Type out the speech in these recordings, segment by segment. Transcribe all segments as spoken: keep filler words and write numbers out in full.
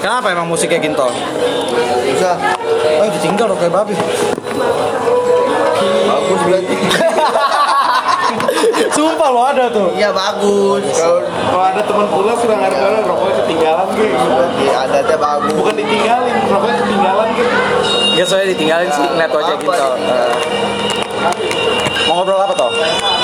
Kenapa emang musiknya Ginto? Bisa. Oh ditinggal dong kayak babi. Bagus berarti. Sumpah lo ada tuh. Iya bagus. Kalau kalau ada teman pulang sudah nggak ada rokoknya ketinggalan gitu. Berarti ada teh bagus. Bukan ditinggalin, rokoknya ketinggalan gitu. Ya soalnya ditinggalin sih ngeliat wajah Ginto. Uh, mau ngobrol apa toh?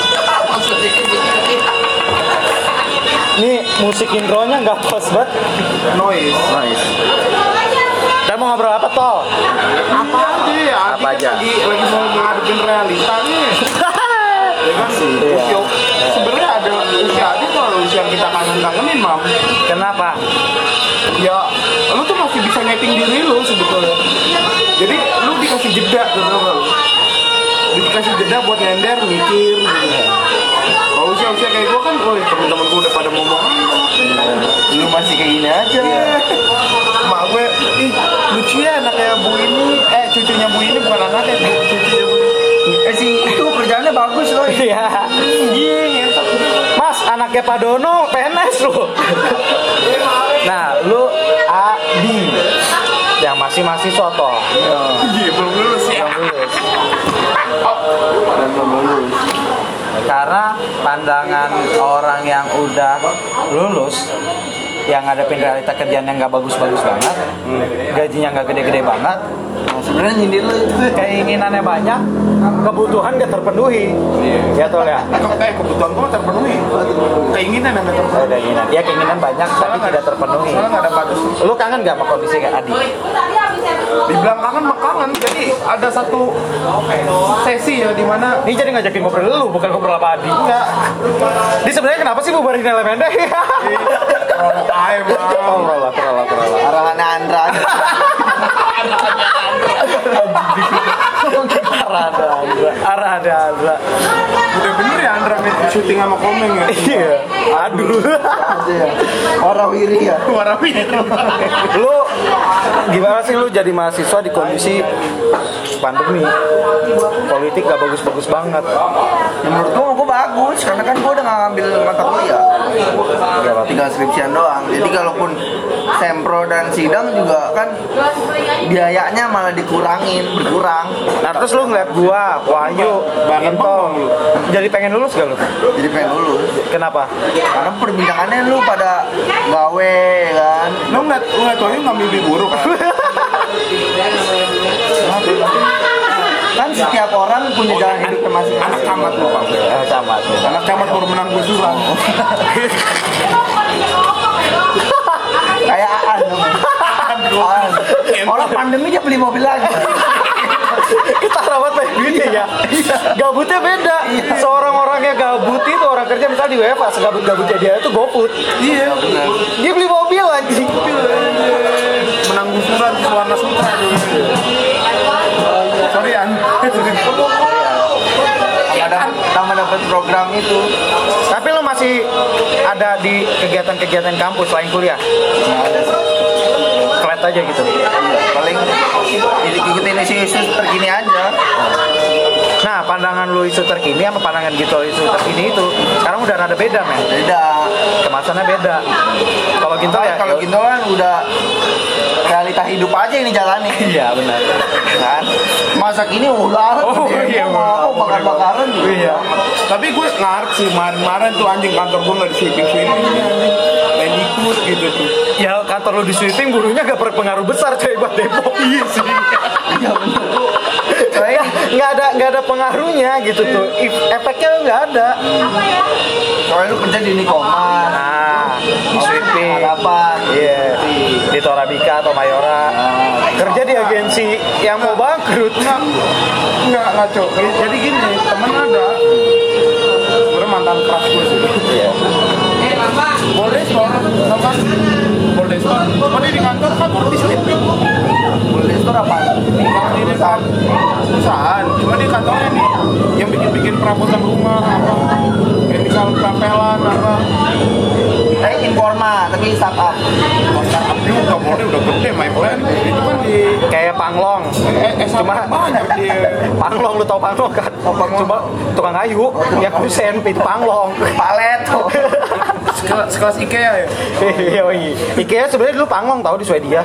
Nih musik intronya nggak pas banget. Noise. Nice. Dan mau ngobrol apa toh? Apa aja ya? Apa aja? Lagi lagi mau ngadepin realita nih. Ya kan sih. Iya. Sebenarnya ada usia aja kalau usia kita kangen-kangenin mam. Kenapa? Ya, lu tuh masih bisa nyeting diri lu sebetulnya. Jadi lu dikasih jeda gitu kan. Dikasih jeda buat nyender, mikir gitu. Kalau usia-usia kayak gue kan, oh temen-temen gue udah pada ngomong, Lu masih kayak gini aja. mak gue, ih lucu ya anaknya Bu ini, eh cucunya Bu ini bukan anaknya, cucunya Bu ini. Eh sih itu kerjaannya bagus loh. Iya. Iya, Mas, anaknya Pak Dono P N S lu. Nah, lu Adi yang masih mahasiswa toh. iya belum lulus ya. Belum lulus. Dan belum lulus. Karena pandangan orang yang udah lulus yang ngadepin realita kerjaan yang nggak bagus-bagus banget, gajinya nggak gede-gede banget, Nah, sebenarnya nyindir lu itu. keinginannya banyak, kebutuhan nggak terpenuhi, ya toh ya. Eh kebutuhan gue terpenuhi, keinginan yang nggak terpenuhi. Ada keinginan, dia keinginan banyak tapi tidak terpenuhi. Soalnya nggak ada batas. Lu kangen nggak sama kondisi kayak Adi? Dibilang kangen mah kangen. Jadi ada satu sesi ya di mana Ini jadi ngajakin ngobrol lu, bukan ngobrol sama Adi. enggak Dia sebenarnya kenapa sih bubarin elemennya? rokok air Oh, bang. ngobrol lah, ngobrol lah, ngobrol lah. Arahannya Andra. Arah ada Andra, arah ada Andra. Udah bener ya Andra syuting sama Komeng ya. Iya. Aduh. Aja ya. Warawiri ya. Warawiri. Lu gimana sih lu jadi mahasiswa di kondisi pandemi? Politik gak bagus-bagus banget. Ya, menurut gua gua bagus karena kan gua udah nggak ngambil mata kuliah. Tinggal skripsian doang. Jadi kalaupun sempro dan sidang juga kan biayanya malah dikurangin, berkurang. Nah terus lu ngeliat gua, Wahyu, Ginto, jadi pengen lulus gak lu? Jadi pengen lulus. Kenapa? Karena perbincangannya lu pada gawe kan. Lu ngeliat lu ngeliat Wahyu nggak mimpi buruk kan? Kan setiap orang punya jalan hidupnya masing-masing. Anak camat lu bang. Eh, camat. Anak camat baru menang gusuran. Kayak Aan dong. Aan. Orang pandemi dia beli mobil lagi. Kita rawat kayak duitnya ya. Gabutnya beda. Seorang orangnya gabut itu orang kerja misalnya di W F A, segabut-gabutnya dia itu GoFood. Iya. Dia beli mobil anjing. Menang gusuran di Warna Sutra. Sorry An. Sama dapat program itu. Tapi lo masih ada di kegiatan-kegiatan kampus selain kuliah? Flat aja gitu. Paling ikutin isu-isu terkini aja. Nah, pandangan lu isu terkini sama pandangan gitu isu terkini itu sekarang udah rada beda, men. Beda. Kemasannya beda. Kalau gitu ya. Kalau gitu kan udah realita hidup aja ini jalani. Iya, benar. Kan? Masa kini udah Oh, iya, mau bakar-bakaran juga. Iya. Tapi gue ngarep sih kemarin-kemarin tuh anjing kantor gue nggak di sweeping-sweeping anjing. Main ikut gitu tuh. Ya kantor lu di sweeping burunya gak berpengaruh besar coy buat Depok. Iya sih. Iya benar. Soalnya nggak ada nggak ada pengaruhnya gitu tuh. If- efeknya nggak ada. Soalnya lu kerja di Nikoman. Nah, di sweeping. Harapan. Iya. Di Torabika atau Mayora. Kerja di agensi yang mau bangkrut. Enggak, enggak ngaco. Jadi gini, temen ada sebenarnya mantan keras gue sih. Iya. Boleh store, apa? Boleh store. Cuma dia di kantor kantor di sweeping. Boleh itu apa? Kalau ini kan perusahaan, cuma di kantornya nih yang bikin-bikin perabotan rumah apa, chemical perapelan apa. Eh informa tapi startup. Oh, startup juga boleh udah gede my friend. Itu kan di Kayak Panglong. eh, eh Cuma banyak di Panglong lu tau Panglong kan? Cuma tukang kayu yang kusen itu Panglong. Palet. Sekelas, sekelas IKEA ya? Iya, iya. IKEA sebenarnya dulu panggung tahu di Swedia.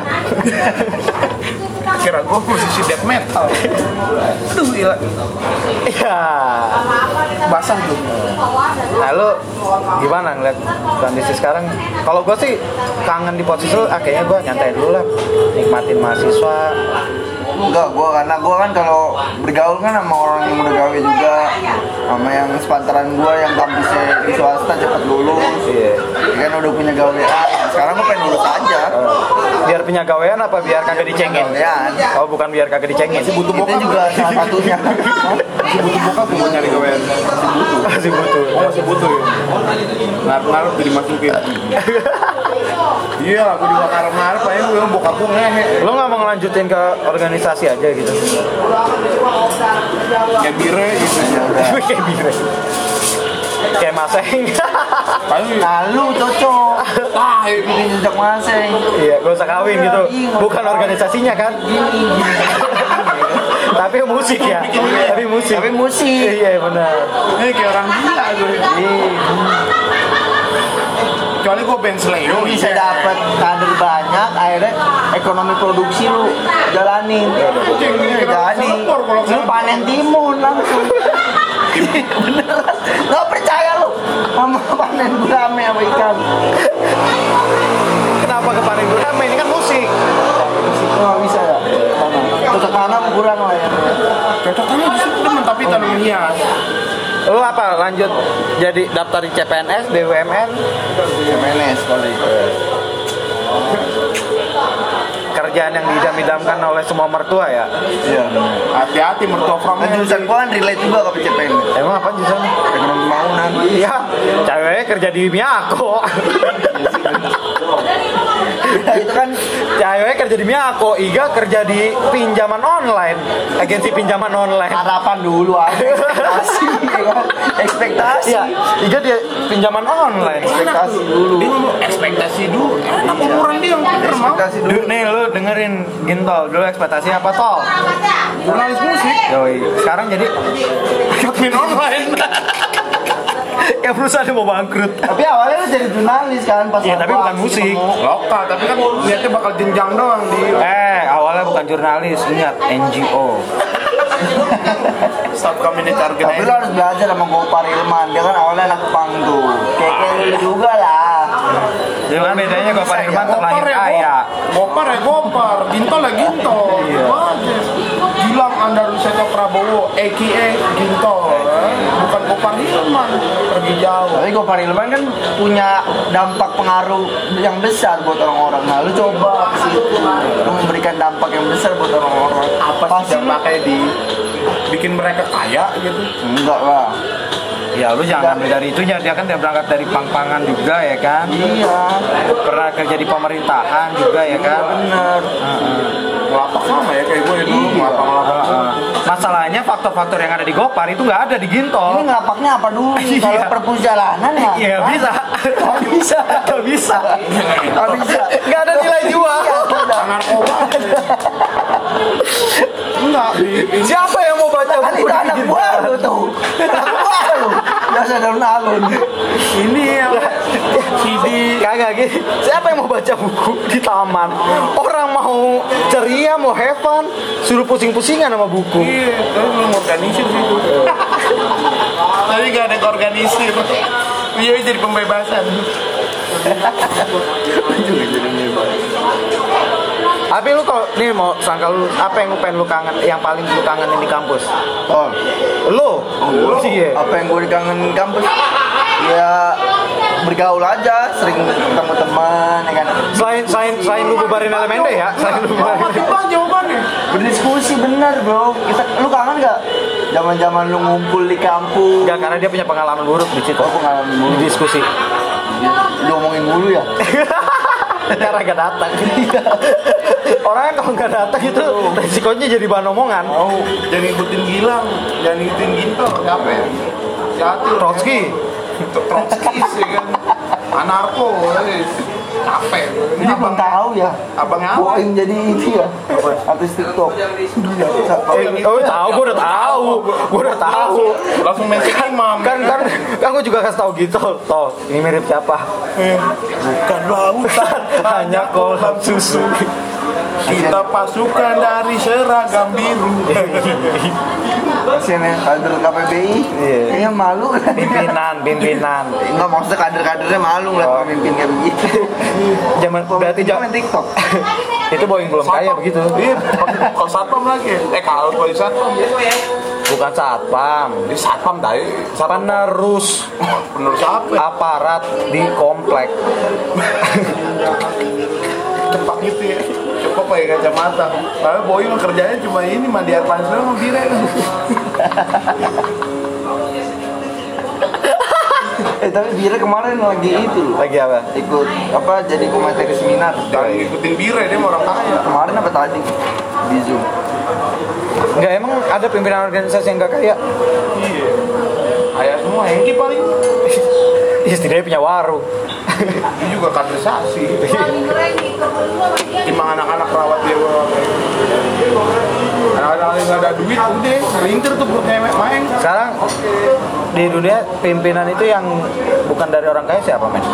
Kira gue musisi death metal. Aduh gila. Iya. Basah tuh. Nah lu gimana ngeliat kondisi sekarang? Kalau gue sih kangen di posisi lu, ah, kayaknya gue nyantai dulu lah, nikmatin mahasiswa. Enggak, gua karena gua kan kalau bergaul kan sama orang yang udah gawe juga, sama yang sepantaran gua yang kampusnya di swasta cepet lulus. Iya. Kan udah punya gawean. Sekarang gua pengen lulus aja. Biar punya gawean apa biar kagak dicengin? Gawean. Oh bukan biar kagak dicengin. Butuh Itu bokap juga salah satunya. Masih butuh bokap mau nyari gawean. Masih butuh. Oh masih butuh ya. Ngarep-ngarep jadi masukin. Iya, aku juga ngarep-ngarep aja gue bokap gue ngehe. Lo nggak mau ngelanjutin ke organisasi aja gitu? Kayak bire gitu. Kayak bire. Kayak maseng. Paling Nah lu cocok. ah itu Bikin jejak maseng. Iya, gak usah kawin gitu. Bukan organisasinya kan? Tapi musik ya. Tapi musik. Tapi musik. Iya benar. ini kayak orang gila gue. Kecuali gue band Slayo Lu bisa dapat kader banyak, akhirnya ekonomi produksi lu jalanin. Jalanin. Lu panen timun langsung. Beneran. Gak percaya lu sama panen gurame sama ikan. Kenapa ke paling gurame? Ini kan musik. Itu gak bisa ya. Cocok tanam kurang lah ya. Cocok tanam justru temen tapi tanaman hias. Lu apa? Lanjut jadi daftar di C P N S, B U M N, M N S kali. kerjaan yang diidam-idamkan oleh semua mertua ya? Iya. Hati-hati mertua from Nah, jurusan gua kan relate juga ke P C P N. Emang apa jurusannya? Ekonomi pembangunan. Iya, ceweknya kerja di Miyako. Nah, itu kan Ceweknya kerja di Miyako, Iga kerja di pinjaman online, agensi pinjaman online. harapan dulu aja. Ekspektasi, ya kan? Ekspektasi. Iya, Iga dia pinjaman online. Ekspektasi dulu. Dia ngomong ekspektasi dulu. Enak umuran dia yang pinter mau. Ekspektasi dulu. Duh, nih lu dengerin Gintol, dulu ekspektasi apa tol? Jurnalis musik. Yoi, sekarang jadi Admin online. ya perusahaan mau bangkrut. Tapi awalnya lu jadi jurnalis kan pas Iya, tapi waktu bukan aksi musik. ketemu. Lokal, tapi kan niatnya bakal jenjang doang di Eh, awalnya bukan jurnalis, ingat N G O. Stop Community Tapi lu Organization. harus belajar sama Gopar Ilman. Dia kan awalnya anak pang tuh. Kayak kayak lu juga lah. Jadi kan bedanya gue Pak Irman terlahir Gopar ya, kaya. Gopar ya Gopar, Gintol ya Gintol. Aja. Gilang Andaruseto Prabowo, A K A Gintol. eh. Bukan Gopar Hilman, pergi jauh. Tapi Gopar Ilman kan punya dampak pengaruh yang besar buat orang-orang. Nah, lu coba ke situ. Lu memberikan dampak yang besar buat orang-orang. Apa Pasti sih yang lu- pakai di bikin mereka kaya gitu? Enggak lah. Ya lu jangan ambil dari itunya, dia kan dia berangkat dari pang-pangan juga ya kan. Iya. Pernah kerja di pemerintahan juga ya kan. Bener. Ngelapak sama ya kayak gue dulu Iya. ngelapak-ngelapak. Heeh. Masalahnya faktor-faktor yang ada di Gopar itu nggak ada di Ini Gintol. ngelapaknya apa dulu? Iya. Kalau perpus jalanan ya? Iya bisa, Nggak bisa. nggak bisa, Nggak bisa. nggak ada nilai jual. Iya, udah. Narkoba. Enggak, di, di Siapa yang mau baca Kan buku itu di anak Gintol? buah lu tuh. Anak buah lu. Biasa daun alun. ini ya C D. Kagak gitu. Siapa yang mau baca buku di taman? Orang mau ceria, mau have fun, suruh pusing-pusingan sama buku. Iya, terus belum organisir sih itu. Tapi gak ada organisir. Iya jadi pembebasan. Tapi lu kalau nih mau sangka lu apa yang lu pengen lu kangen, yang paling lu kangenin di kampus? Oh, Lu? lu Iya. apa yang gue dikangenin kampus? Ya bergaul aja, sering ketemu teman, ya kan. Selain selain selain lu bubarin elemen deh ya, selain lu bubarin. Apa jawabannya? Berdiskusi bener bro. Kita, lu kangen gak? Zaman-zaman lu ngumpul di kampus. Enggak, karena dia punya pengalaman buruk di situ. Oh, pengalaman buruk. Di diskusi. Diomongin dulu ya. Karena gak datang. Orangnya kalau nggak datang itu resikonya jadi bahan omongan. Oh, jangan ngikutin Gilang, jangan ngikutin Ginto. Siapa ya? Jatuh. Trotsky. Trotsky sih kan. Anarko. eh. capek. Ini belum tahu ya. Abangnya apa? Boeing jadi itu ya. Artis TikTok. Eh, oh tahu, gue udah tahu, gue udah tahu. Langsung main imam. Kan kan kan gue juga kasih tahu gitu, toh ini mirip siapa? Bukan lautan, Hanya kolam susu. kita pasukan dari seragam biru. Kasian ya kader K P B I. Iya. Kayaknya malu kan. Pimpinan, pimpinan. Enggak maksudnya kader-kadernya malu ngeliat Oh. pemimpin kayak begitu. Zaman berarti Dia jam main TikTok. itu Boeing belum kaya begitu. Iya, kalau satpam lagi. Eh kalau kalau satpam, Bukan satpam, ini satpam tadi. Satpam penerus penerus apa? aparat di komplek. Cepat gitu ya. Cepat pakai kacamata. Karena boy mah kerjanya cuma ini mandi air panas doang sama biret. Eh tapi Bira kemarin lagi itu loh. Lagi apa? Ikut apa jadi pemateri seminar. Jangan ngikutin biret, dia mah orang kaya. Kemarin apa tadi di Zoom. Enggak, emang ada pimpinan organisasi yang gak kaya? Iya. Kaya semua, Hengki paling. Setidaknya punya warung. Dia juga kaderisasi. Timbang anak-anak rawat dia. Anak-anak yang gak ada duit, udah selintir tuh buat main. Sekarang di dunia pimpinan itu yang bukan dari orang kaya siapa, men?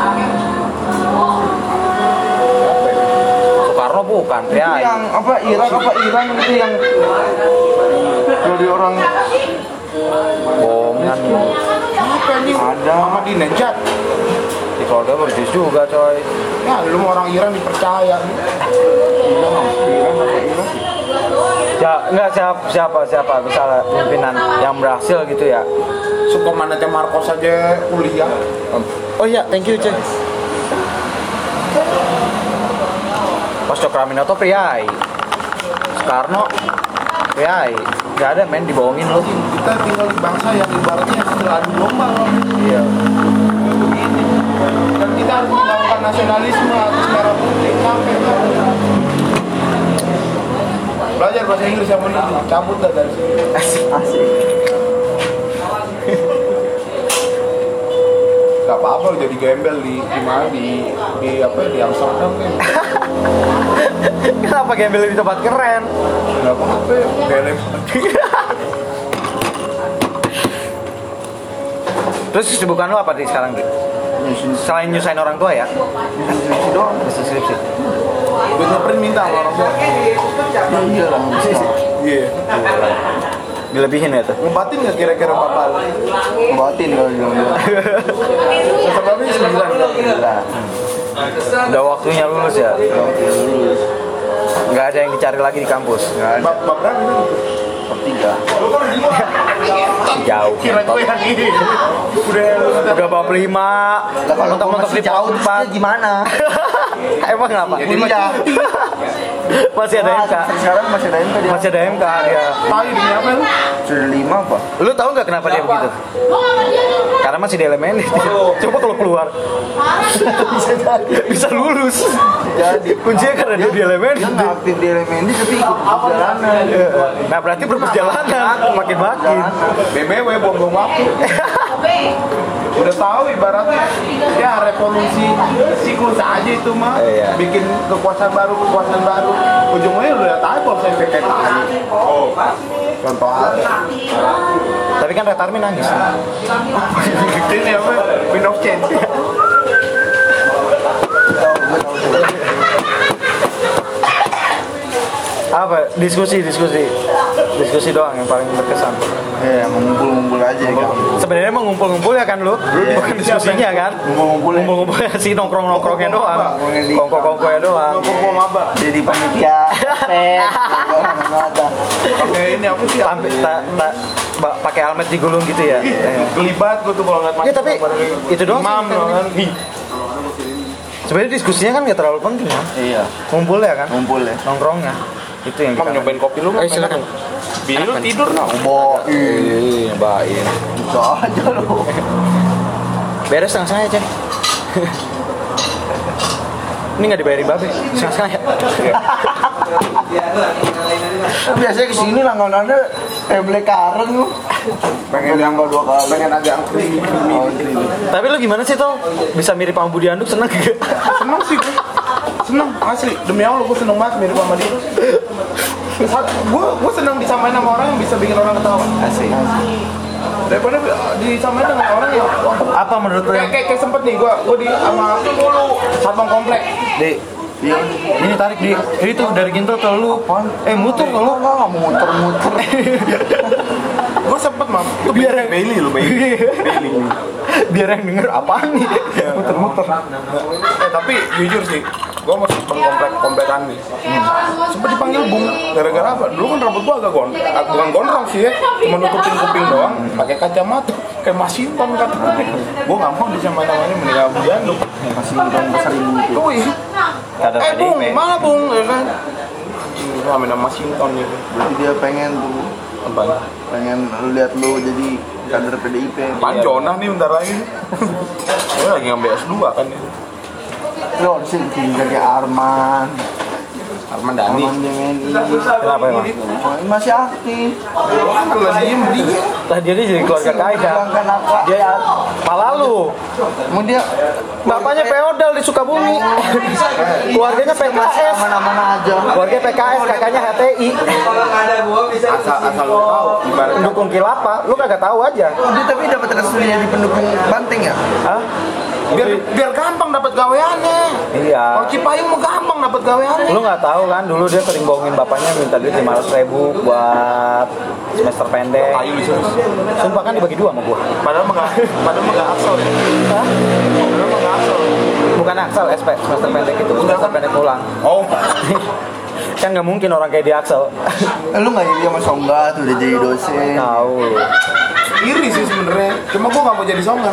Soekarno bukan, Itu ya. yang apa Irak apa Iran itu yang dari orang Bohongan. Apa anjing? Ada. Ahmadinejad. Di keluarga berjus juga, coy. Ya lu mau orang Iran dipercaya. Ya, enggak siapa siapa siapa misalnya pimpinan yang berhasil gitu ya. Sukomanatnya Marcos aja kuliah. Oh iya, thank you, Cek. Pas Cokraminoto priai. Soekarno priai. Gak ada, men, dibohongin lu. Kita tinggal di bangsa yang ibaratnya setelah adu domba. Iya. Begini. Dan kita harus melakukan nasionalisme atas merah putih. Sampai belajar bahasa Inggris yang benar, cabut dah dari sini. asik. Asik. Gak apa-apa lu jadi gembel di di mana di di apa di Amsterdam kan. Kenapa gembel di tempat keren? Gak apa-apa, gembel. Terus kesibukan lu apa di sekarang, Ki? Selain nyusahin orang tua ya? Skripsi doang. Bisnis skripsi. Gue ngeprint minta sama orang tua. Iya lah. Iya. Dilebihin ya tuh. Ngebatin nggak kira-kira bapak lu? Batin kalau bilang dia. Sebelumnya sembilan kan? Lah. Udah waktunya lulus ya? Nggak ada yang dicari lagi di kampus? Nggak ada. Bab bab berapa itu? Pertiga. Jauh. Kira gue yang ini. Udah Udah bab lima. Lah kalau gua Mentok-mentok masih di jauh empat. terus gimana? Emang kenapa? Jadi Kuliah. Masih ada M K. Sekarang masih ada M K dia. Masih ada M K ya. tahu demi apa lu? Sudah lima apa? Lu tahu nggak kenapa dia begitu? Karena masih di elemen. Coba kalau keluar Bisa jadi. bisa lulus. Jadi Kuncinya karena dia di elemen. Dia nggak aktif di elemen tapi ikut perjalanan. Nah berarti berperjalanan makin makin. B B W bom-bom waktu. Udah tahu ibaratnya ya revolusi siklus aja itu mah. Iya. Bikin kekuasaan baru kekuasaan baru. Ujungnya udah tahu kalau saya kayak tadi. Oh. Contoh aja. Tapi kan Retarmi nangis. Ini apa? Wind of change. Apa? Diskusi, diskusi. Diskusi doang yang paling berkesan. Ya, mengumpul-ngumpul aja kan. Sebenarnya mau ngumpul-ngumpul ya kan lu? Bukan diskusinya kan? Ngumpul-ngumpul ya. Ngumpul-ngumpulnya si nongkrong-nongkrongnya doang. Kongko-kongkonya doang. Ngomong apa? Jadi panitia. Pet. Ada. Pakai ini apa sih? Sampai tak tak ba- pakai helmet digulung gitu ya. Eh. Gelibat gua tuh kalau ngeliat Ya tapi itu doang Imam sih. kan. Sebenarnya diskusinya kan nggak terlalu penting ya. Iya, Ngumpul ya kan? ngumpul ya. Nongkrongnya. Itu yang Mam kita. nyobain kopi lu. Eh silakan. Bini lu tidur nah. Bo, Iya, nyobain. bisa aja lu. Beres setengah-setengah ya, Cen. Ini nggak dibayarin babe. Setengah-setengah ya. Biasanya kesini langganannya table karen lu. Pengen yang dua kali. pengen agak creamy. Oh, ini. Tapi lu gimana sih Tol? Bisa mirip sama Budi Anduk, seneng gak? Seneng sih gue. Seneng asli. Demi Allah gue seneng banget mirip sama dia. Gue gue seneng disamain sama orang yang bisa bikin orang ketawa. Asik. Daripada disamain dengan orang yang Apa menurut lu kayak yang kayak, kayak sempet nih gue gue di sama satpam komplek. di Iya. ini tarik di itu dari Ginto ke lu. Eh muter ke lu. Enggak, enggak muter-muter. Gue sempet mam. Itu Biar biar yang- Bailey lu Bailey. Bailey. Biar yang denger apaan nih? Muter-muter. Eh tapi jujur sih, gue masuk komplek komplekan nih. Hmm. Sempet dipanggil bung, gara-gara apa? Dulu kan rambut gue agak gondrong, bukan gondrong sih ya, cuma nutupin kuping doang, pakai kacamata, kayak Masinton katanya. Gue nggak mau disamain namanya meninggal Budi Anduk. Masinton besar ibu itu. Oh iya. Kader Eh bung, P D I P. mana bung? Ya kan? Sama nama Masinton gitu. Berarti dia pengen tuh, Apa? pengen lu lihat lu jadi kader P D I P. Panjona nih bentar lagi. Gue lagi ngambil S dua kan. Lu harusnya bikin jadi Arman. Arman Dhani. Arman Jemen. Kenapa emang? Oh, ini masih aktif. Kalau diem dia. Lah dia jadi keluarga kaya. Bangkan apa? Dia malah lu. Mau dia Bapaknya feodal di Sukabumi. Keluarganya P K S. mana-mana aja. Keluarga P K S, kakaknya H T I. Asal asal lu tahu. Ibaratnya Pendukung Kilapa, lu kagak tahu aja. Dia tapi dapat resmi jadi pendukung Banteng ya? Hah? biar biar gampang dapat gaweannya. Iya. Kalau Cipayung mau gampang dapat gaweannya. Lu nggak tahu kan, dulu dia sering bohongin bapaknya minta duit lima ratus ribu buat semester pendek. Ayo bisa. Sumpah kan dibagi dua sama gua. Padahal mah nggak- padahal mah nggak asal ya. Hah? Padahal mah nggak asal. Bukan Axel, S P, semester pendek itu, semester pendek pulang. Oh. Kan nggak mungkin orang kayak di Axel. Eh, lu nggak iri sama Songga tuh udah jadi dosen. Tahu lu. Iri sih sebenarnya. Cuma gua nggak mau jadi songgar.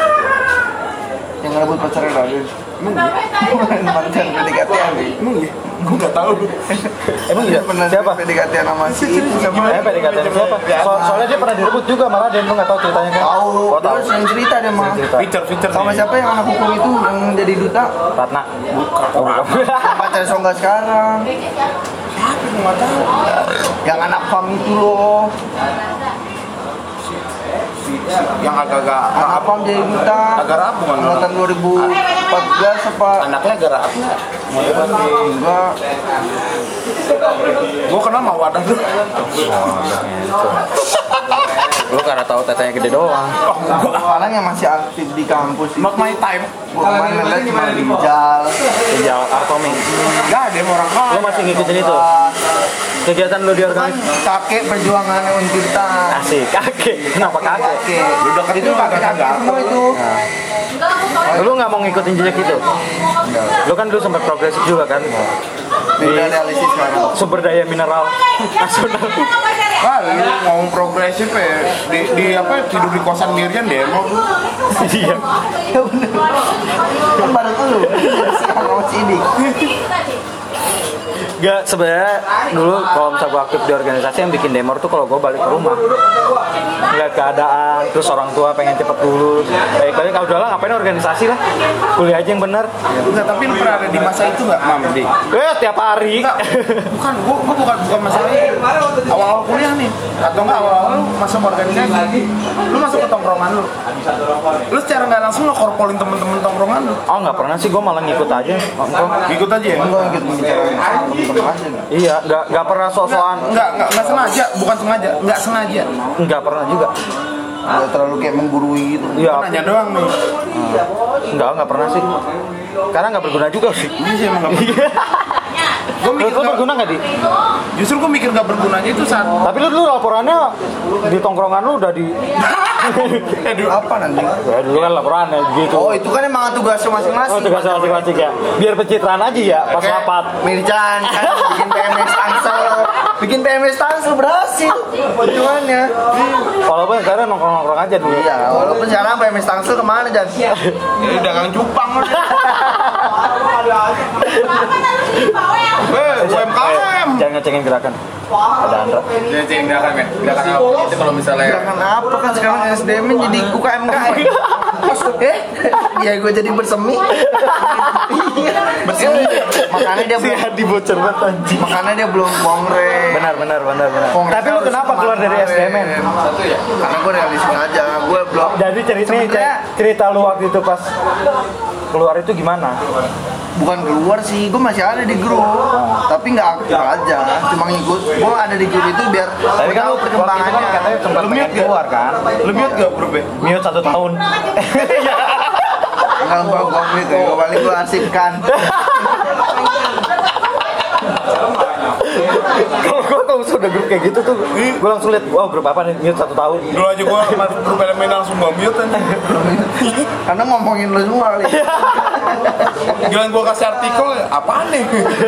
Yang ngerebut pacarnya Raden. Emang iya? Mantan P D K T-an nih. Emang iya? Gua nggak tahu. Emang iya? Pernah Siapa? P D K T-an sama si itu sama Eh, P D K T siapa? So- soalnya dia pernah direbut juga sama Raden, lu nggak tahu ceritanya kan? tahu. Oh, tahu. Terus yang cerita dia mah. Cerita. Feature feature Sama siapa yang anak hukum itu yang jadi duta? Ratna. Bukan. Pacar Songga sekarang. Siapa gua nggak tahu. Yang anak fam itu loh. Si- si- Yang agak-agak Anak fam jadi duta. agak rapuh kan? Angkatan dua ribu empat belas apa? Anaknya agak rapuh nggak? Enggak. Gua kenal mau wadah tuh. Lu karena tahu tetenya gede doang. Oh, gua Orang yang masih aktif di kampus itu. Mark my time. Gua kemarin lihat cuma Rijal. Rijal Artomi. Gak ada orang kaya. Lu masih ngikutin itu? Kegiatan lu di Kan organisasi? kakek perjuangan Untirta. Asik, kakek. Kenapa kakek? Kakek. Lu deket Itu juga kakek kagak kakek semua itu. Lu nggak mau ngikutin jejak itu? Lu kan dulu sempat progresif juga kan? Beda realistis sekarang. Sumber daya mineral nasional. Wah, lu ngomong progresif ya. Di, di apa tidur di kosan Miriam demo. Iya. Ya bener. Kan bareng lu. Sekarang sama Sidik. Gak, sebenarnya dulu kalau misalnya gue aktif di organisasi yang bikin demo tuh kalau gue balik ke rumah ngeliat keadaan, terus orang tua pengen cepet lulus baik-baik, kalau udah lah ngapain organisasi lah, kuliah aja yang bener. Enggak, tapi lu pernah ada di masa itu nggak, Mam? Di. Eh, tiap hari. Enggak, bukan, gua, gua bukan bukan masalah itu. Awal-awal kuliah nih, atau enggak awal-awal lu masuk organisasi, lu masuk ke tongkrongan lu. Lu secara nggak langsung ngekorpolin temen-temen tongkrongan lu. Oh, nggak pernah sih, gue malah ngikut aja. Nongkrong. Ikut aja ya? Enggak gitu membicarakan teman-teman aja nggak? Iya, nggak nggak pernah sosokan. Enggak, enggak, enggak sengaja, bukan sengaja, enggak sengaja. Nggak pernah juga. Nggak terlalu kayak menggurui gitu. Iya, Gua nanya doang nih. nggak nggak pernah sih. Karena nggak berguna juga sih. Ini sih emang nggak berguna. Gua Lu mikir lu nggak- berguna nggak di? justru gua mikir nggak bergunanya itu saat Tapi lu dulu laporannya di tongkrongan lu udah di. eh, dulu, Apa nanti? Ya dulu kan laporannya gitu. Oh itu kan emang tugasnya Oh, masing-masing. tugasnya masing-masing ya. Biar pencitraan aja ya pas Kayak rapat. Mirjan kan bikin P M S Tangsel, bikin P M S Tangsel berhasil perjuangannya. Walaupun sekarang nongkrong-nongkrong aja dulu. Iya, walaupun sekarang P M S Tangsel kemana Jan? ya dagang cupang udah. Eh, U M K M. Eh, jangan ngecengin gerakan. Ada Andra. Ya, cing, gerakan ya. Gerakan apa? Itu kalau misalnya Gerakan apa kan sekarang S D M jadi U K M K M? Eh, ya gue jadi bersemi. Bersemi. Makanya dia Si belum Hadi bocor banget anjing. makanya dia belum kongres. Benar benar benar benar. Kongres Tapi lu harus kenapa keluar dari S D M N? Satu ya. Karena gue realistis aja. Gue belum Jadi cerita Sebenarnya- cerita lu waktu itu pas keluar itu gimana? bukan keluar sih, gue masih ada di grup, tapi nggak aktif aja, cuma ngikut. Gue ada di grup itu biar Tapi kan lu waktu itu kan perkembangannya. katanya sempat Lu pengen mute nggak? keluar kan? Lu mute gak bro? Be? Mute satu tahun. Enggak gue gue gitu, gue paling gue asipkan. Kalau gue kalau sudah grup kayak gitu tuh, gue langsung lihat, wow grup apa nih mute satu tahun. Dulu aja gua masuk grup elemen langsung gua mute kan. Karena ngomongin lu semua kali. Gila gua kasih artikel apaan nih?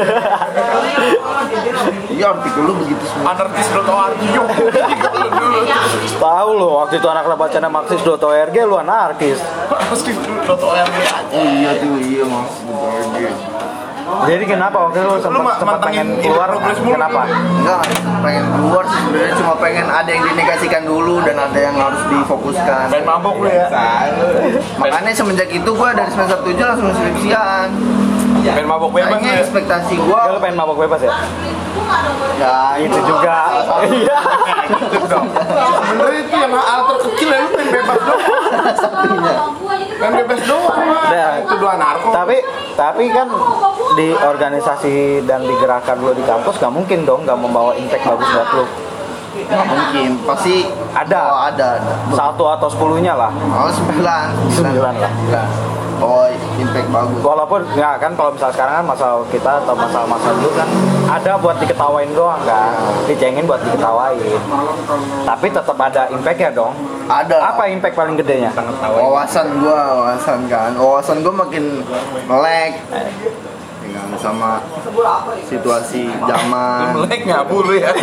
Iya artikel lu begitu semua. Anarkis dot org dulu. Tahu lo waktu itu anak bacaan Marxis dot org lu anarkis. Anarkis dot org. Oh iya tuh iya mas, betul. Jadi kenapa waktu itu lu Lu sempat ma- sempat mantengin pengen ini keluar? progres mulu. Kenapa? Enggak pengen keluar sih sebenarnya, cuma pengen ada yang dinegasikan dulu dan ada yang harus difokuskan. Main mabok lu ya. Makanya semenjak itu gue dari semester tujuh langsung skripsian. Main mabok bebas Kayaknya ya. ekspektasi gue Ya, lu pengen mabok bebas ya? ya Itu juga. Iya. Sebenarnya itu yang hal terkecil ya, lu main bebas doang. Main bebas doang mah. Nah, Itu dua narko. Tapi tapi kan di organisasi dan di gerakan lu di kampus gak mungkin dong gak membawa impact bagus buat lu. nggak mungkin pasti Ada. oh, ada ada Satu atau sepuluhnya lah. oh sembilan Sembilan lah. Sembilan. Oh impact bagus. Walaupun ya kan kalau misalnya sekarang kan masalah kita atau masalah-masalah dulu kan ada buat diketawain doang kan, dicengin buat diketawain. Tapi tetap ada impactnya dong. Ada. Apa impact paling gedenya? Wawasan gua, wawasan kan. Wawasan gua makin melek. Ya kan, sama situasi zaman. Melek ngabu lu ya.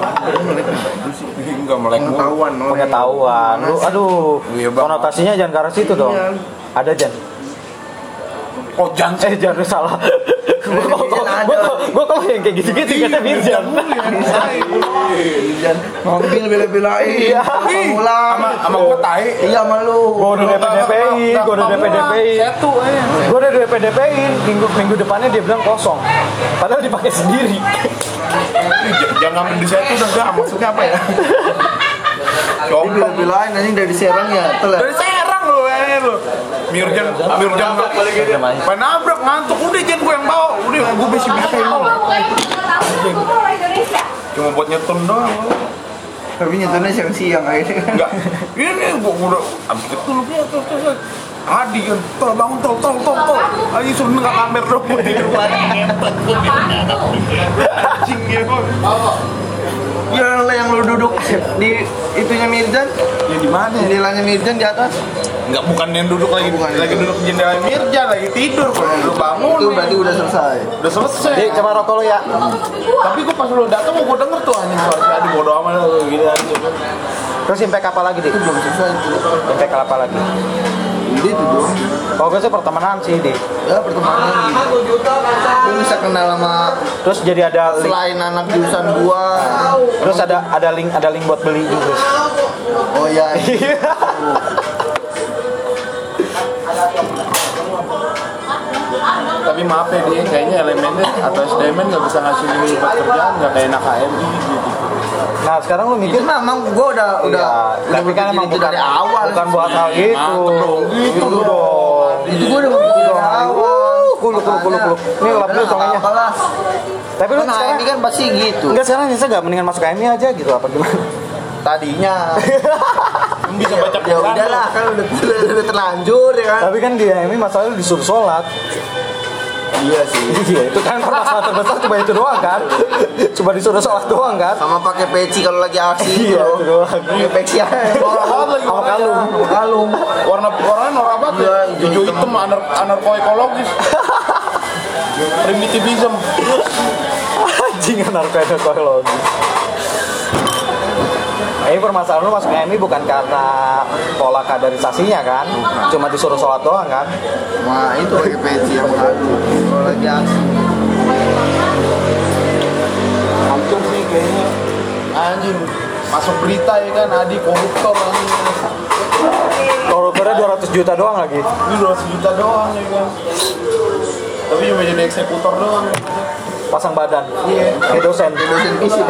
Enggak melek mulu. Pengetahuan, oh, Pengetahuan. Lu aduh, Iya, Bang. konotasinya jangan ke arah situ dong. Iya. Ada Jan. Oh jangan. Eh jangan salah. Gue kalau yang kayak gitu-gitu kata Mirjan. Dan mobil bela-belain. Iya. Pulang. Sama sama gua tai. Iya sama lu. Gue udah D P D P-in, gue udah D P D P-in. Satu aja. Gue udah D P D P-in, minggu minggu depannya dia bilang kosong. Padahal dipakai sendiri. Jangan di situ udah enggak maksudnya apa ya? Dia Coba bela-belain anjing dari Serang ya. Telat. dari Serang lu eh lu. Mirjan, Mirjan main nabrak ngantuk udah jen gue yang bawa udah gue besi besi cuma buat nyetun doang Tapi nyetirnya siang-siang akhirnya. enggak ini gue udah abis itu lu lihat tuh tuh Adi kan tol bangun tol tol tol tol aja suruh nggak kamer dong gue tidur lagi ngepet gue anjing gitu Ya lah yang lu duduk di itunya Mirjan. ya di mana ya Jendelanya Mirjan di atas. nggak bukan yang duduk lagi Bukan lagi itu. duduk di jendela Mirjan lagi tidur kalau lu bangun Itu berarti udah selesai. udah selesai Jadi coba rokok lu ya. tapi gue pas lu datang gue denger tuh anjing suara si Adi bodo amat lu gitu aja Terus impact apa lagi, Dik? Itu belum selesai itu. Impact apa lagi? Jadi itu doang. Kalau gue sih pertemanan sih, Dik. Ya pertemanan gitu. Lu bisa kenal sama Terus jadi ada link, selain anak jurusan gua. terus ada ada link ada link buat beli juga. Oh iya. tapi maaf ya dia kayaknya elemennya atau S D M nggak bisa ngasih link buat kerjaan nggak kayak anak K M I gitu Nah, sekarang lu mikir Itu memang gua udah udah Iya, tapi kan emang itu bukan dari awal. bukan buat hal itu. Mantep dong, gitu dong. Itu gua udah berpikir dari awal. Kuluk kuluk kuluk kuluk. Ini lap dulu tonganya. Apalah. Tapi lu Kan sekarang ini kan pasti gitu. enggak sekarang nyesel enggak mendingan masuk K M I aja gitu apa gimana? Tadinya. bisa baca Ya Quran udahlah kan udah, udah, udah terlanjur ya kan. Tapi kan di K M I masalahnya lu disuruh sholat. Iya sih. Iya, itu kan permasalahan terbesar cuma itu doang kan. Cuma disuruh sholat doang kan. Sama pakai peci kalau lagi aksi. Iya, bro. itu doang. Pakai peci aja. norak banget lagi Sama kalung. Sama kalung. warna warnanya norak banget Iya, ya hijau hijau hitam. hitam anar anarko ekologis primitivism Anjing narkoekologi. Ini permasalahan lu masuk K M I bukan karena pola kaderisasinya kan, cuma disuruh sholat doang kan. Wah itu pakai peci yang kalung. Kalau lagi aksi. hancur sih kayaknya anjing masuk berita ya kan, Adi koruptor anjing. Koruptornya dua ratus juta doang lagi. Ini dua ratus juta doang ya kan. Tapi cuma jadi eksekutor doang. Pasang badan. Iya. Kayak dosen. Dosen fisik.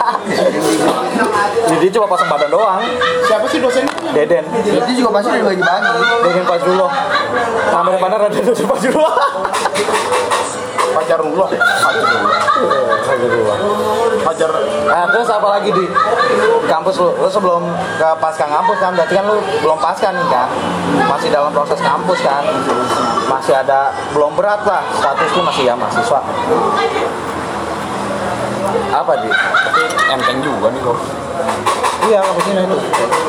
Jadi cuma pasang badan doang. Siapa sih dosennya? Deden. Itu juga pasti udah bagi-bagi. Deden Fajrullah. Nama depannya ada Deden Fajrullah. Fajarullah. Fajrullah. Fajar. Nah, terus apa lagi di kampus lu? Lu sebelum ke pasca kampus kan, berarti kan lu belum pasca nih kan? Masih dalam proses kampus kan? Masih ada, belum berat lah, status lu masih ya mahasiswa. Apa di? Tapi enteng juga nih kok. Iya, kampusnya itu.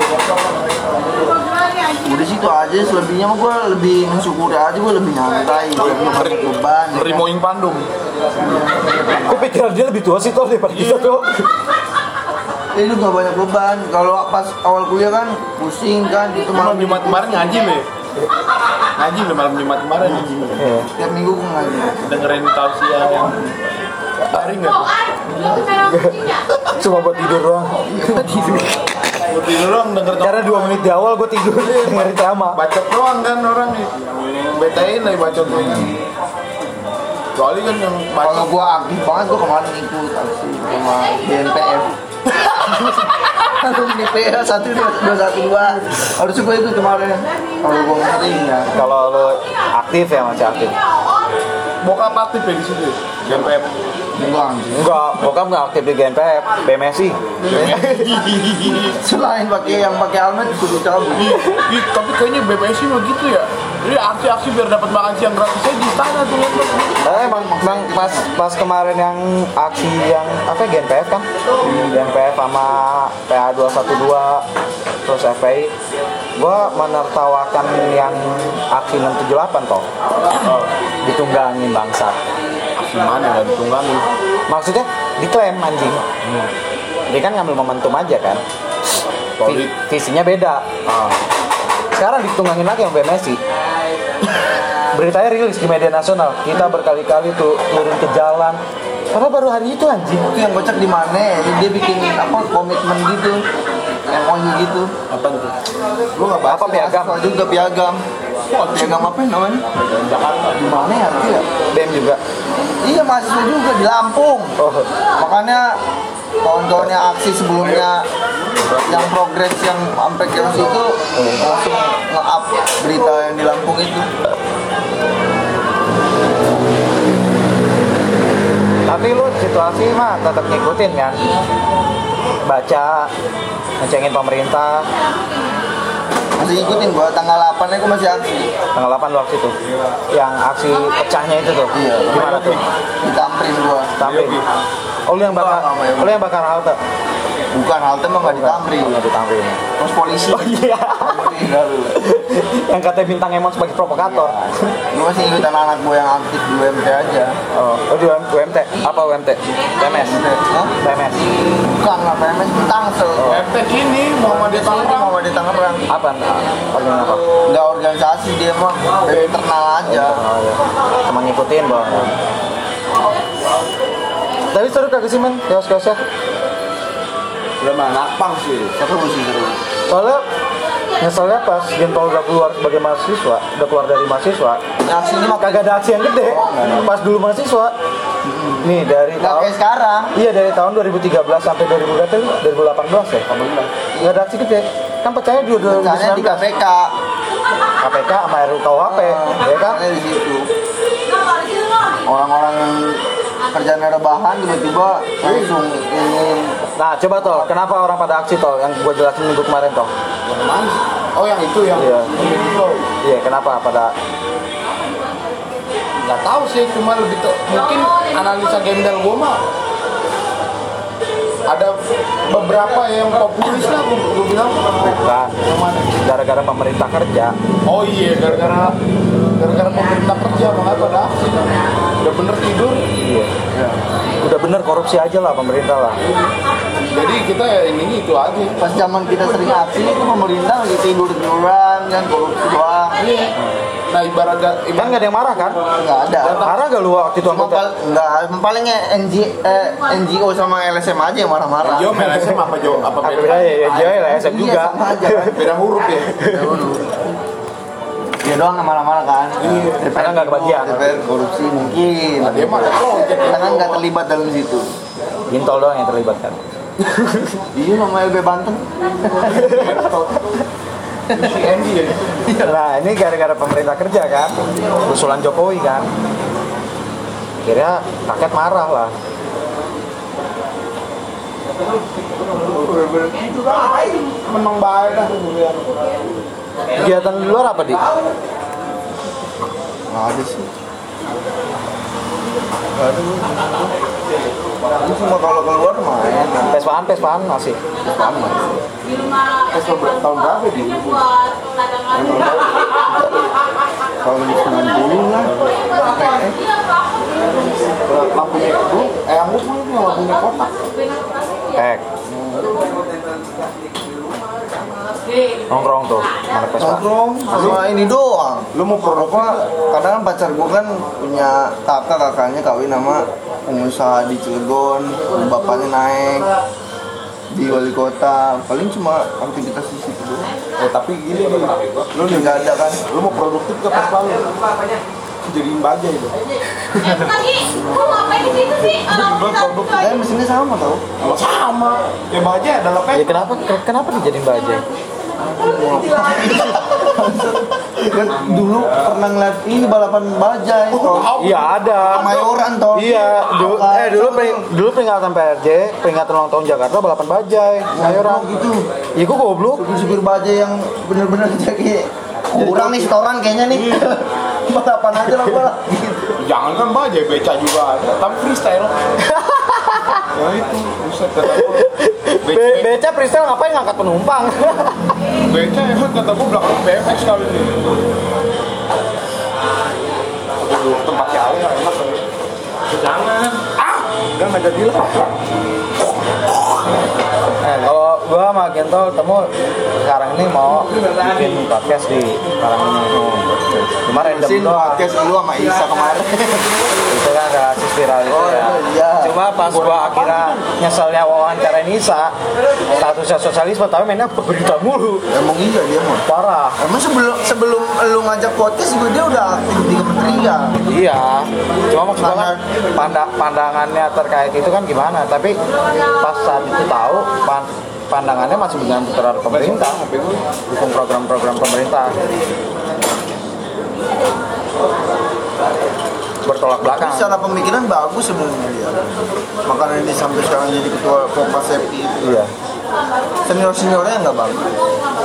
Udah situ aja, selebihnya mah gue lebih mensyukuri aja, gue lebih nyantai, gue lebih banyak beban. Nerimoing Pandum. Gue pikiran dia lebih tua sih tuh daripada kita tuh. Eh lu gak banyak beban. Kalau pas awal kuliah kan pusing kan, itu Malam malam Jumat kemarin ngaji nih. Ngaji nih malam Jumat kemarin ngaji. Iya. tiap minggu gue ngaji. Dengerin tausiah yang baring nggak tuh? Cuma buat tidur doang. Buat tidur doang denger Karena dua menit di awal gue tidur dengerin ceramah. bacot doang kan orang nih. Betain lah bacot tuh kan. Kecuali kan yang Kalau bacot. gue aktif banget, gue kemarin ikut aksi sama B N P F. Alumni P R satu dua satu dua. Harusnya gue ikut kemarin. Kalau gue nggak sering ya. Kalau lo aktif ya masih aktif. Bokap aktif ya di situ. G M P F. Enggak anjing. Enggak, bokap nggak aktif di G N P F, B M S I. Selain pakai yang pakai helmet kudu cabut. Ih, tapi kayaknya B M S I mah gitu ya. Jadi aksi-aksi biar dapat makan siang gratis aja di istana tuh kan. Eh, emang, emang pas pas kemarin yang aksi yang apa G N P F kan? G N P F sama P A dua satu dua terus F P I. Gua menertawakan yang aksi enam tujuh delapan toh. Oh, Ditunggangin bangsat. gimana nggak ditunggangin? Maksudnya diklaim anjing. Dia kan ngambil momentum aja kan. Solid. Vi- Visinya beda. Ah. Sekarang ditunggangin lagi yang B M S I. Beritanya rilis di media nasional. Kita berkali-kali tuh turun ke jalan. Padahal baru hari itu anjing. Itu yang kocak di mana? Jadi dia bikin apa komitmen gitu. M O U gitu. Apa tuh? Gue nggak bahas Apa piagam? mahasiswa juga piagam. Piagam apa namanya? Jakarta. Di mana ya? Itu ya? B M juga. Iya mahasiswa juga di Lampung. Oh, Makanya kawan-kawannya aksi sebelumnya yang progres yang sampai ke situ langsung nge-up berita yang di Lampung itu. tapi lu situasi mah tetap ngikutin kan? Baca, ngecengin pemerintah. Masih ngikutin gua tanggal delapan nya gua masih aksi. Tanggal delapan lu aksi tuh. Yang aksi pecahnya itu tuh. Iya. Gimana tuh? Ditamperin gua. Tampil. Oh, lu yang bakar, lu yang bakar halte. Bukan halte mah nggak ditamperin. Nggak ditampilin. Terus polisi. Oh iya. Tamperin baru. Yang katanya bintang Emon sebagai provokator. Gua masih ngikutin anak gua yang aktif di U M T aja. Oh, oh di U M T. Apa U M T? P M S. Hah? P M S. Bukan lah, P M S Tangsel. F T ini Muhammadiyah Tangerang. Mau di Tangerang. Apa? Organ apa? Nggak organisasi dia mah, dari internal aja. Oh iya. Cuma ngikutin bang. Tapi seru kagak sih men, kios-kiosnya? Udah mah napang sih. Siapa mesti seru? Soalnya nyeselnya pas Gentol udah keluar sebagai mahasiswa, udah keluar dari mahasiswa, Aksi ini mah kagak ada aksi yang gede. Pas dulu mahasiswa, nih dari nggak tahun, kayak sekarang. iya dari tahun dua ribu tiga belas sampai dua ribu berapa? dua ribu delapan belas ya? Nggak ada aksi gede. Kan percaya di dua ribu Misalnya di K sembilan belas P K. K P K sama R U U K U H P, ya kan? Misalnya di situ. Orang-orang yang kerjaan rebahan tiba-tiba langsung ini. Nah coba tol, kenapa orang pada aksi tol? Yang gue jelasin minggu kemarin tol. Yang mana? Oh yang itu yang. Iya. Itu. Iya, kenapa pada Nggak tahu sih, cuma lebih tuh mungkin analisa gembel gue mah ada beberapa yang populis lah gue, gue bilang. bukan? Gara-gara pemerintah kerja. Oh iya, gara-gara gara-gara pemerintah kerja makanya pada aksi. Udah bener tidur. Iya. Udah bener korupsi aja lah pemerintah lah. Jadi kita ya ini itu aja. Pas zaman kita sering aksi itu pemerintah lagi tidur tiduran kan korupsi doang. Iya. Nah ibaratnya Kan nggak ada yang marah kan? Nggak ada. Marah gak lu waktu itu Cuma anggota? pal- nggak, palingnya N G, eh, N G O sama L S M aja yang marah-marah. Jo L S M apa Jo? Apa Apa beda? beda ya? Ya J L S M Iya, juga. sama aja kan. Beda huruf ya. Dia doang yang marah-marah kan. Iya. Karena nggak kebagian. D P R korupsi mungkin. Dia mah ada project. Kita kan nggak terlibat dalam situ. Gintol doang yang terlibat kan. Iya sama L B Banten. Si Andy ya. Nah ini gara-gara pemerintah kerja kan, usulan Jokowi kan. Akhirnya rakyat marah lah. Menang baik dah. Kegiatan di luar apa, Di? Nggak ada sih. Nggak ada. Ini cuma kalau keluar main. Pespaan, pespaan masih. Sama. Pas tahun berapa dia? Kalau di sembilan puluh lah. Lampunya itu, eh yang gue punya lampunya kotak. Ek. Nongkrong tuh, mana pesta. Nongkrong sama ini doang. Lu mau produk Apa? Kadang kan pacar gua kan punya kakak, kakaknya kawin sama pengusaha di Cilegon, bapaknya naik di wali kota. Paling cuma aktivitas di situ doang. Eh tapi gini nih, lu nih Nggak ada kan? lu mau produktif ke pas lalu jadiin baja itu. Lagi, lu ngapain di situ sih? Orang kita Eh mesinnya sama tau. Kalau sama, ya baja adalah Ya pet. kenapa kenapa dijadiin bajai? Kan dulu pernah ngeliat ini balapan bajai tol. Iya ada. Kemayoran tol. Iya, dulu, eh dulu pering, dulu peringatan P R J, peringatan ulang tahun Jakarta balapan bajai, Mayoran gitu. Iya gua goblok. Supir-supir bajai yang bener-bener jadi kurang nih setoran kayaknya nih. Balapan aja lah gua. Gitu. Jangan kan baja, beca juga ada, tapi freestyle. Ya itu, buset kata gua. Be beca freestyle ngapain ngangkat penumpang? Beca ya kata gua belakang B M X kali ini. Aduh, tempat kali lah enak. Jangan. Ah, enggak nggak jadi lah. Nah, kalau gua sama Gentol temu sekarang ini mau bikin podcast di sekarang ini. Cuma random Sin doang. podcast lu sama Isa kemarin. Itu kan kasus viral itu Oh, ya. iya. Cuma pas gua akhirnya nyeselnya wawancara Nisa, statusnya sosialisme tapi mainnya berita mulu. Emang iya dia mah. Parah. Emang sebelum sebelum lu ngajak podcast juga dia udah aktif di kementerian. Iya. Cuma maksud gua kan panda, pandangannya terkait itu kan gimana? Tapi pas saat itu tahu pan, pandangannya masih dengan terhadap pemerintah, dukung program-program pemerintah. Bertolak belakang. Tapi secara pemikiran bagus sebenarnya dia. Makanya dia sampai sekarang jadi ketua Kopasepti. Iya. Senior seniornya nggak bagus.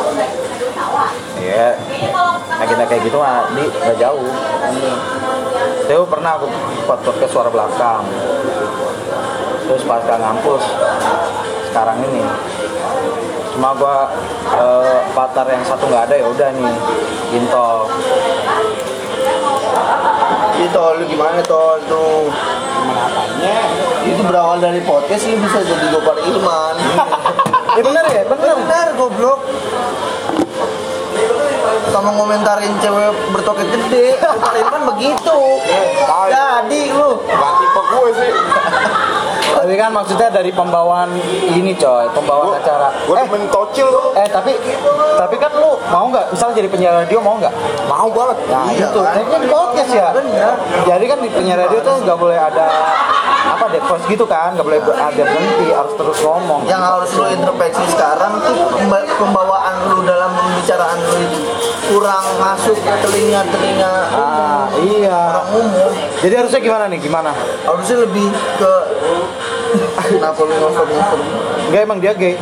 Iya. Agenda kayak gitu mah di nggak jauh. Saya pernah aku buat podcast suara belakang. Terus pas ngampus sekarang ini. Cuma gua eh, partner yang satu nggak ada ya udah nih Gintol. Itu lu gimana tol tuh? Apanya? Itu berawal dari podcast lu bisa jadi Gopar Ilman. Ya bener ya, bener. Benar goblok. Sama ngomentarin cewek bertoket gede, Gopar Ilman begitu. Jadi lu Gak tipe gue sih. Tapi kan maksudnya dari pembawaan ini coy, pembawaan acara. Gue Eh, temen tocil tuh. eh tapi tapi kan lu mau nggak? Misal jadi penyiar radio mau nggak? Mau banget. Nah Iya, itu, kan? ini kan podcast ya. Bener. Jadi kan di penyiar radio tuh nggak boleh ada apa deh pause gitu kan, nggak boleh ada berhenti, harus terus ngomong. yang harus lu introspeksi sekarang tuh pemba- pembawaan lu dalam pembicaraan lu itu kurang masuk ke telinga-telinga Ah iya. orang umum. Jadi harusnya gimana nih? Gimana? Harusnya lebih ke kenapa lu ngomong-ngomong Enggak emang dia gay.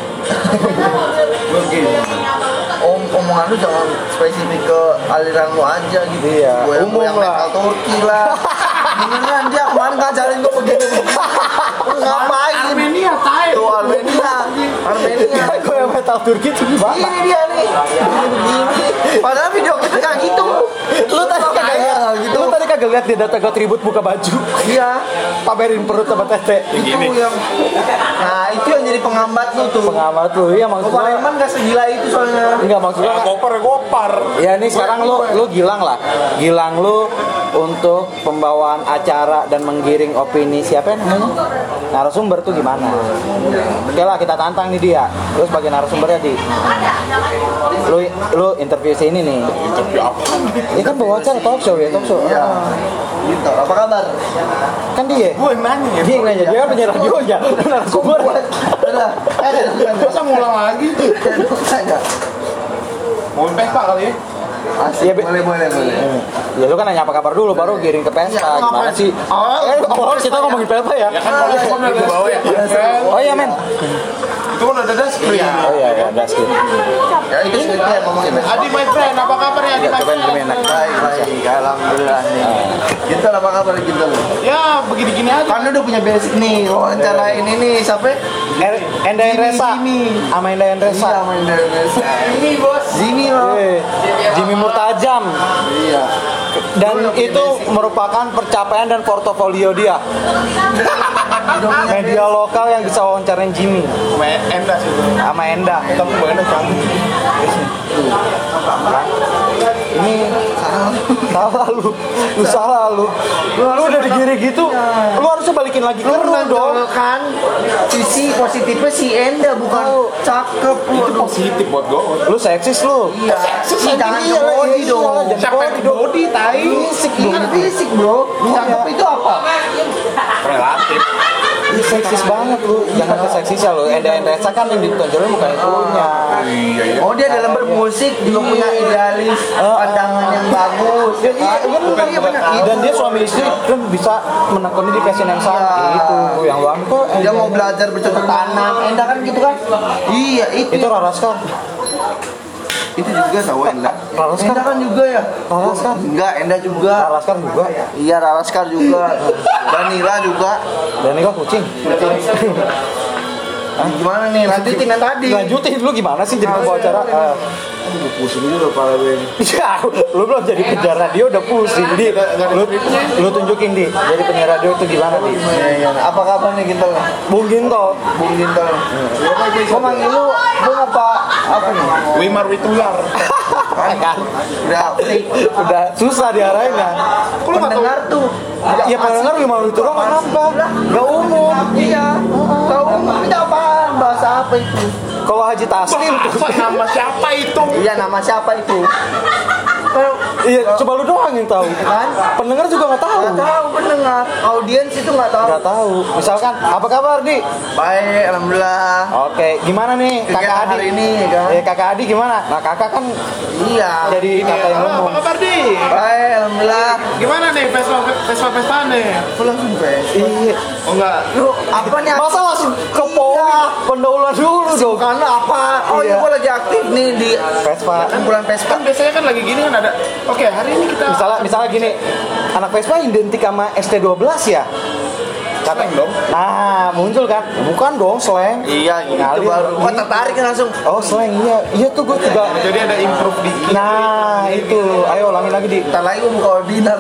Om, omongan lu jangan spesifik ke aliran lu aja gitu. Iya, Gue umum yang lah. metal Turki lah. Beneran dia kemarin ngajarin gue begitu. Lu ngapain? Armenia, tai. Tuh Armenia, Armenia. Gue yang metal Turki itu gimana? Ini dia nih. Begini. Padahal video kita kayak gitu. Lu tadi kagak Kayak gitu. gitu. Lu tadi kagak lihat dia datang ke tribut buka baju. Iya, Pamerin perut sama tete. itu yang nah itu yang jadi penghambat lu tuh. Pengamat lu, iya maksud Gopar gua. Eman gak segila itu soalnya. Enggak maksud gua. Gopar gopar. Ya nih sekarang lu lu Gilang lah. Gilang lu untuk pembawaan acara dan menggiring opini siapa yang namanya? Narasumber tuh gimana? Oke lah kita tantang nih dia. Lu sebagai narasumbernya di. Lu lu interview sini nih. Interview apa? Ya kan bawa acara talk show ya, talk show. Iya. Gitu. Apa kabar? Kan dia. Gue yang nanya. Dia yang nanya, dia kan penyiar radionya. Lu narasumber. Udah. Eh, Masa ngulang lagi? Enggak. Mau pesta kali ya? Asik, Iya, Be. boleh, boleh, boleh. Ya lu kan nanya apa kabar dulu baru giring ke pesta. Gimana sih? Awal- Eh, awal kita ngomongin pesta ya. Ya kan kalau kan udah bawa ya kan? Oh iya men. Itu kan udah ada screen. Oh iya ya, gas gitu. Ya itu sih dia ngomongin. Adi my friend, apa kabar ya Adi my Cobain friend? gimana? Baik, baik. Alhamdulillah nih. Gitu apa kabar gitu loh. Ya begini-gini aja. Kan lu udah punya basic nih, wawancara ini nih, siapa? Er, Enda Endresa. Jimmy. Sama Enda Endresa. Iya, main dari Indonesia. Ini bos. Jimmy loh. Eh, Jimmy Murtajam. Iya. Dan itu merupakan pencapaian dan portofolio dia. Media lokal yang bisa wawancarain Jimmy Sama Enda sih. sama Enda. Tapi Mbak Enda cantik. Ini salah lu, lu salah lu. Lu udah digiring gitu, lu harusnya balikin lagi ke lu dong. kan sisi positifnya si Enda bukan cakep lu. Itu positif buat gue. Lu seksis lu. Iya. Ih, jangan ke body dong. Siapa yang body tai? Fisik bukan fisik bro. Cakep itu apa? Relatif. Lu seksis banget lu. Jangan ke seksis ya lu. Enda Endresa kan yang ditonjolin bukan itunya. Iya iya. Oh dia dalam bermusik juga punya idealis, pandangan yang bagus. Ya, iya, bener, Iya, bener. Dan dia suami istri kan bisa menekuni di passion yang sama. Iya. Itu yang lu ambil kok. Dia mau belajar bercocok tanam. Enda kan gitu kan? Iya itu. Itu Raraskar. Itu juga tahu Enda. Raraskar. Enda kan juga ya. Raraskar. Enggak, Enda juga. Raraskar juga. Iya, Raraskar juga. Danila juga. Dan ini kok kucing. Gimana nih? Lanjutin yang tadi. Lanjutin dulu gimana sih jadi pembawa acara? Ah. Aduh, pusing juga kepala gue ini. Ya, lu belum jadi penyiar radio udah pusing. Di, lu, lu tunjukin di. Jadi penyiar radio itu gimana di? Iya, iya. Apa kabar nih Gintel? Bung Ginto. Bung Gintel. Gua manggil lu Bung apa? Apa nih? Wimar Witular. Kan? Udah freak. Udah susah diarahinnya. Kok lu nggak tahu? Pendengar tuh. Ya pendengar gimana itu dong apa? Gak umum. Iya. Tahu itu apaan? Bahasa apa itu? Kalau Haji Taslim tuh. Apa nama siapa itu? Iya, nama siapa itu? Kalau Iya, coba lu doang yang tahu. kan Pendengar juga nggak tahu. nggak tahu pendengar, audiens itu nggak tahu. Nggak tahu. Misalkan, apa kabar di? Baik, alhamdulillah. Oke, gimana nih kakak Kegiatan Adi? hari ini, kan? Eh kakak Adi gimana? Nah kakak kan Iya. jadi kakak yang Apa umum. kabar di? Baik, alhamdulillah. Gimana nih festival festival pesta nih? Aku langsung pes. Iya. Oh enggak. Lu apa nih? Masa langsung ke Polri? Pendahuluan dulu dong. Karena apa? Oh Iya. iya, gua lagi aktif nih di Vespa. kumpulan Vespa. Kan biasanya kan lagi gini kan ada. Oke, hari ini kita Misalnya, misalnya gini, anak Vespa identik sama S T dua belas ya? Slang dong. Nah, muncul kan? Bukan dong, slang. Iya, gitu Ngalir. baru. Gua tertarik langsung. Oh, slang, iya. Iya tuh gue juga. Jadi ada improve dikit. Nah, itu. Ayo ulangin lagi di. Ntar lagi gua buka webinar.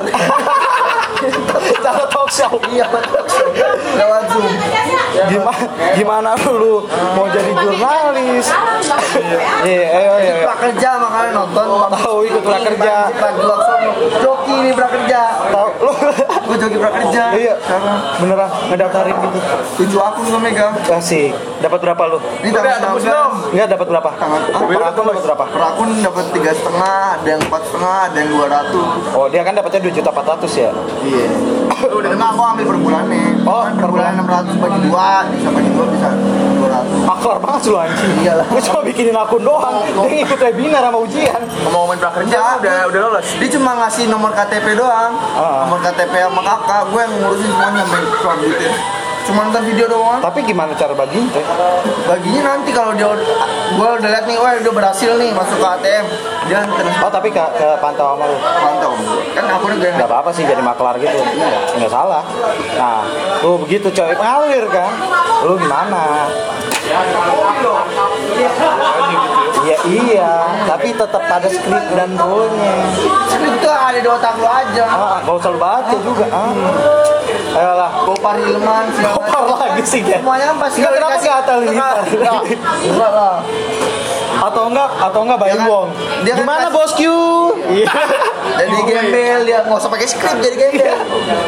Cara talk show. Iya, betul. Lewat Zoom. Gimana, gimana lu mau jadi jurnalis? Iya, ayo, ayo, ayo. Prakerja makanya nonton. Tahu ikut prakerja. Pagi waksono. Joki nih prakerja. Tahu lu? Gua joki prakerja. Iya. Sekarang Beneran ngedaftarin gitu. tujuh akun gua megang. Asik. Dapat berapa lu? Ini tanggal enam belas. Enggak dapat berapa? Tangan. Per akun dapat berapa? Per akun dapat tiga setengah, ada yang empat setengah, ada yang dua ratus. Oh, dia kan dapatnya dua juta empat ratus ya. Iya. Udah kenal gua ambil per bulan nih. Oh, Kan per per bulan enam ratus bagi dua, bisa bagi dua bisa dua ratus. Maklar banget lu anjing. Iyalah. Lu cuma bikinin akun doang. Dia ngikut webinar sama ujian. Ngomongin prakerja udah udah lolos. Dia cuma ngasih nomor K T P doang. Ah. Nomor K T P sama kakak, gue yang ngurusin semuanya sampai keluar duitnya. Cuma nonton video doang. Tapi gimana cara bagiin teh? Baginya nanti kalau dia gue udah lihat nih, wah udah berhasil nih masuk ke A T M. Dia terus Oh, tapi ke, ke pantau sama lu. pantau. Kan aku udah Enggak apa-apa sih jadi maklar gitu. Enggak salah. Nah, lu begitu coy ngalir kan. Lu gimana? Ya iya, tapi tetap ada skrip dan rule-nya. Skrip itu ada di otak lu aja. Ah, gak usah lu baca juga. Ah. Ayolah. Gopar Hilman, segala Gopar lagi sih kan. semuanya kan pasti Enggak, kenapa dikasih- nggak Atta Halilintar? Enggak, enggak lah. Atau enggak, atau enggak Bayu Dia kan- Wong. dia kan Gimana pas- bosku? Iya. Jadi gembel dia nggak usah pakai skrip jadi gembel.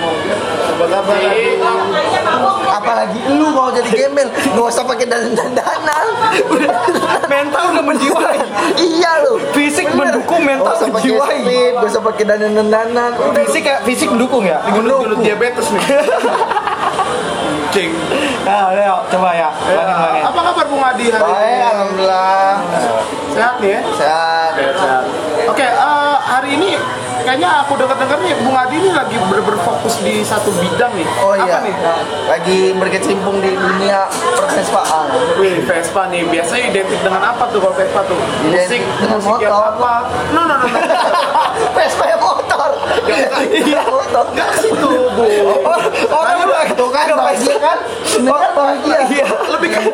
Apalagi lu mau jadi gembel nggak usah pakai dandan-dandanan. Mental udah menjiwai. Iya lu. Fisik mendukung, mental Nggak usah pakai menjiwai. skrip, nggak usah pakai dandan-dandanan. Udah. Fisik ya, fisik mendukung ya. Gelut-gelut diabetes nih. Cing. Nah, ayo coba ya. Ulangin, ulangin. Apa kabar Bung Adi hari Baik, ini? alhamdulillah. Sehat nih ya? Sehat. Oke, eh, hari ini kayaknya aku dengar-dengar nih Bung Adi ini lagi ber- berfokus di satu bidang nih. Oh Apa iya. nih? Lagi berkecimpung di dunia pervespaan. Wih, Vespa nih. Biasanya identik dengan apa tuh kalau Vespa tuh? Musik, Identik dengan musik yang motor. apa? No, no, no, no. Vespa yang motor. Iya, motor. Enggak situ, Bu. Orang udah tuh kan bahagia kan? Orang bahagia. Iya. Lebih ke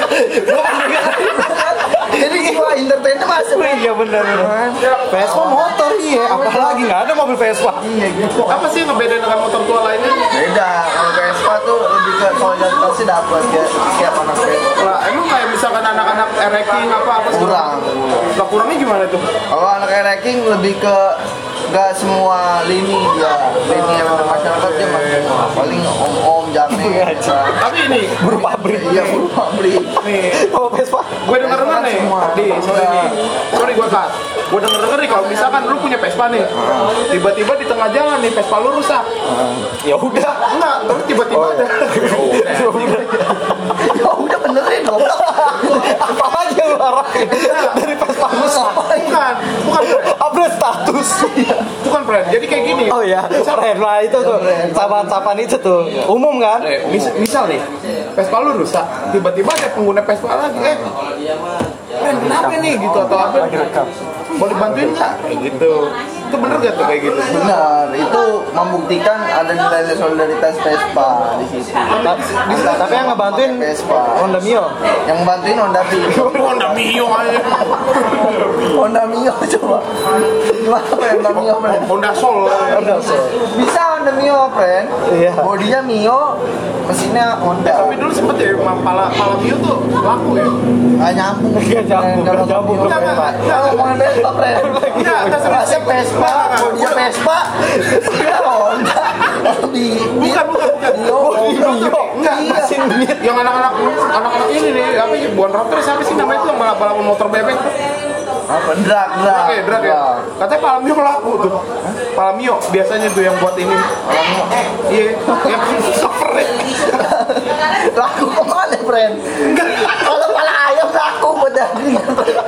Jadi semua entertainnya masuk. Iya benar benar. Vespa motor iya, apalagi nggak ada mobil Vespa. Iya gitu. apa sih yang ngebedain dengan motor tua lainnya? Beda. Kalau Vespa tuh lebih ke solidaritasnya dapat ya. Siapa anak Vespa? Lah, emang kayak misalkan anak-anak ereking apa apa Kurang. Lah kurangnya gimana tuh? Kalau anak ranking lebih ke nggak semua lini dia, lini elemen masyarakat dia masih paling om-om jamet. Tapi ini Buru pabrik. Iya, buru pabrik. nih, Oh Vespa. gue denger denger nih, Semua. di sorry nih, sorry gue cut. Gue denger denger nih kalau misalkan lu punya Vespa nih, tiba-tiba di tengah jalan nih Vespa lu rusak, Ya udah. enggak, terus tiba-tiba ada. Ya udah benerin dong. Apalagi yang lu arahin dari Vespa rusak. Bukan, bukan friend, Upload status. bukan friend. Jadi kayak gini. Oh ya, keren lah itu tuh. Sapaan-sapaan itu tuh umum kan? Eh, mis- misal nih, Vespa lu rusak, tiba-tiba ada pengguna Vespa lagi, eh, friend kenapa nih gitu atau apa? Mau dibantuin nggak? Kayak gitu. Itu bener gak tuh kayak gitu? Benar, itu membuktikan ada nilai solidaritas Vespa di situ. Ta- Tapi yang ngebantuin Vespa. Honda Mio. Yang bantuin Honda Mio. Honda Mio aja. Honda Mio coba. Gimana friend Honda Mio friend? Honda Soul. Bisa Honda Mio friend. Iya. Bodinya Mio, mesinnya Honda. Tapi dulu sempet ya, pala, pala Mio tuh laku ya. Nggak nyambung. Nggak nyambung, Kalau nggak nyambung Mio ke Vespa. Vespa. Kalau ngomongin Vespa friend. Nggak, nggak serius. Masih Vespa, bodinya Vespa. Iya Honda. Di Bukan, bukan, bukan. Mio. Mio. Enggak, Iya. mesin Mio. Yang anak-anak anak-anak ini nih, apa sih? Buan Raptor siapa sih namanya itu yang balap-balapan motor bebek? Apa? Drag, drag. Oke, drag ya. Katanya Pala Mio laku tuh. Pala Mio biasanya tuh yang buat ini. Iya, yang super ya. Laku kemana, friend? Kalau pala ayam laku buat dagangan.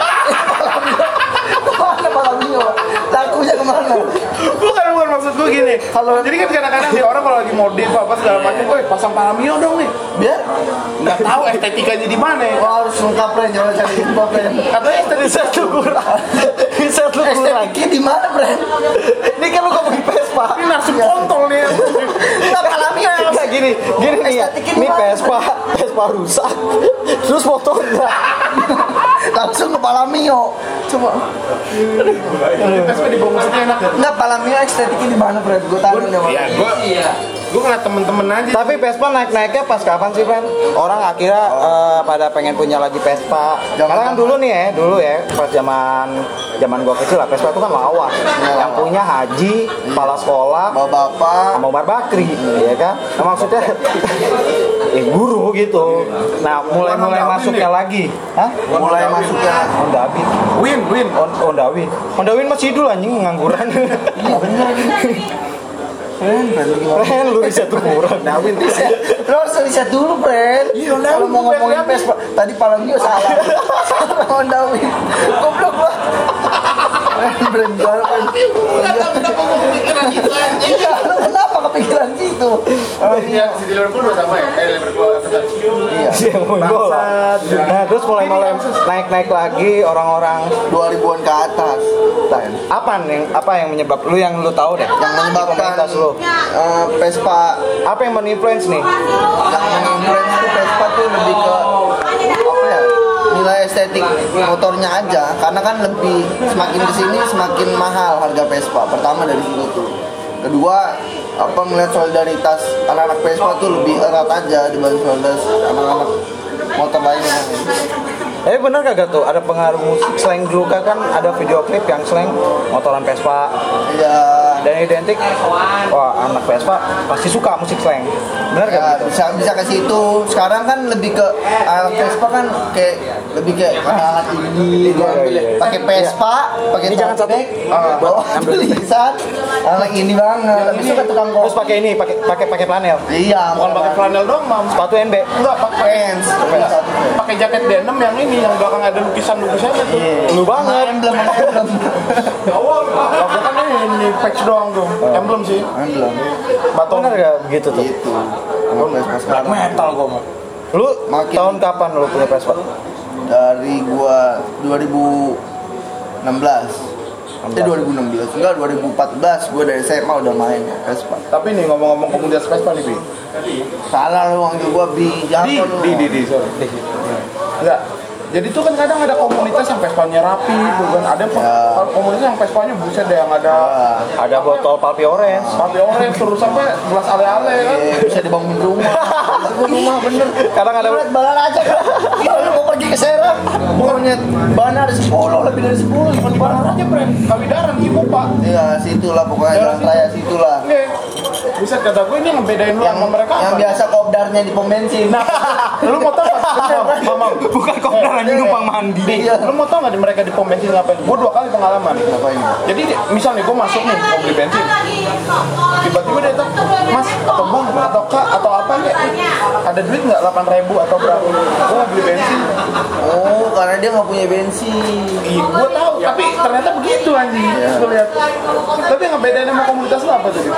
Kemana pala Mio? Lakunya kemana? Bukan, bukan maksud gue gini. Kalau jadi kan kadang-kadang nih orang kalau lagi modif apa segala macam, woi pasang Pala Mio dong nih. Biar Nggak tahu estetikanya di mana ya. oh, harus lengkap, friend. Jangan cari info, friend. Katanya estetika Bisa tuh kurang. Bisa tuh kurang. Estetiknya di mana, friend? Ini kan lu ngomongin Vespa. ini narsum kontol nih. Enggak pala Mio yang Enggak gini, gini nih ya. Estetiknya Ini gimana? Vespa, Vespa rusak. Terus motornya. langsung ke pala Mio. Coba. Vespa di bawah mesinnya enak ya. Enggak, pala Mio estetiknya di mana, friend? Gue tahu nih, Iya, gue gue ngeliat temen-temen aja. Tapi Vespa naik-naiknya pas kapan sih, Fen? Orang akhirnya eh, pada pengen punya lagi Vespa. Karena kan dulu nih ya, dulu ya, pas zaman zaman gua kecil lah, Vespa itu kan lawas. Yang punya Haji, kepala sekolah, Bapak-bapak. sama Umar Bakri, ya kan? Nah, maksudnya eh guru gitu. Nah, mulai-mulai masuknya lagi. Hah? mulai masuknya. Honda Win. Win, win. Hon- Honda Win. Honda Win masih dulu anjing ngangguran. Iya bener. Friend, friend gimana? Ren, lu riset tuh kurang. Dawin riset. Lo harus riset dulu, friend. Iya, Honda Kalau Win mau tuh ngomongin Vespa. Vespa, tadi pala Mio salah. Salah Honda Win. Goblok lo. Friend, friend, gimana, friend? Kenapa gue kepikiran gitu aja? Iya, lo kenapa kepikiran gitu? Oh iya, si di Liverpool udah sama ya? Eh, Liverpool Everton. Iya. Iya, mau bola. Nah, terus mulai-mulai naik-naik lagi orang-orang. dua ribuan ke atas. Friend. Apa nih? Apa yang menyebab lu yang lu tahu deh? Yang menyebabkan komunitas lu. eh, Vespa Apa yang meninfluence nih? yang menginfluence tuh Vespa tuh lebih ke apa ya, nilai estetik estetik motornya aja, karena kan lebih semakin kesini semakin mahal harga Vespa. Pertama dari situ tuh. Kedua, apa ngeliat solidaritas anak-anak Vespa tuh lebih erat aja dibanding solidaritas anak-anak motor lainnya. Eh benar kagak tuh ada pengaruh musik slang dulu kan ada video klip yang slang motoran Vespa Ya, dan identik, wah anak Vespa pasti suka musik slang, benar ya gak gitu? bisa bisa ke situ. Sekarang kan lebih ke anak Vespa kan kayak lebih kayak anak ini Iya, iya, iya. pakai Vespa, pakai Ini jangan tote bag, Ah, bawa ambil. tulisan anak ini banget. Tapi suka tukang Terus kok. pakai ini, pakai pakai pakai flanel, Iya, Bukan pakai flanel doang, Mam. sepatu N B. Enggak, pakai pants. pakai jaket denim yang ini yang belakang ada lukisan-lukisannya tuh. Lu banget. Emblem, emblem. Kalau gua kan ini, ini patch doang tuh. Emblem sih. Emblem. Baton. Benar gak begitu tuh? Gitu. Anak Vespa Black sekarang. metal gua mah. Lu Makin- tahun kapan lu punya Vespa? Dari gua dua ribu enam belas. Eh dua ribu enam belas, enggak dua ribu empat belas gua dari S M A udah main Vespa. Tapi nih ngomong-ngomong komunitas Vespa nih, Bi. Salah lu manggil gua Bi, Di, jangan lu. di, di, di, sorry. Enggak. Jadi tuh kan kadang ada komunitas yang Vespanya rapi, gitu kan. Ada Ya. komunitas yang Vespanya buset deh yang ada Ya. Ada botol Palpi Orange. Tapi orange terus sampai gelas ale-ale kan. Eh, bisa dibangun rumah. Bangun rumah bener. Kadang ada Lihat balan aja kan. Gila lu mau pergi ke Serang. Mau lihat bahan ada sepuluh, lebih dari sepuluh. Cuma di Barang bahan aja, Pren. Kawidaran ibu, Pak. Iya, situlah pokoknya jalan raya situlah. Oke. Bisa kata gue ini ngebedain lu Yang sama mereka yang apa? biasa kopdarnya di pom bensin. Nah, lu mau tau gak? Mamam, bukan kopdar anjing numpang mandi. Iya. Lu mau tau gak di mereka di pom bensin ngapain? Gue dua kali pengalaman. Ngapain? Jadi misalnya gue masuk nih mau beli bensin, tiba-tiba dia tuh mas atau bang atau kak atau apa nih? Ada duit nggak delapan ribu atau berapa? Gue mau beli bensin. Oh, karena dia nggak punya bensin. Iya, gue tahu. Tapi ternyata begitu anjing. Gue lihat. Tapi yang ngebedain sama komunitas lu apa tuh?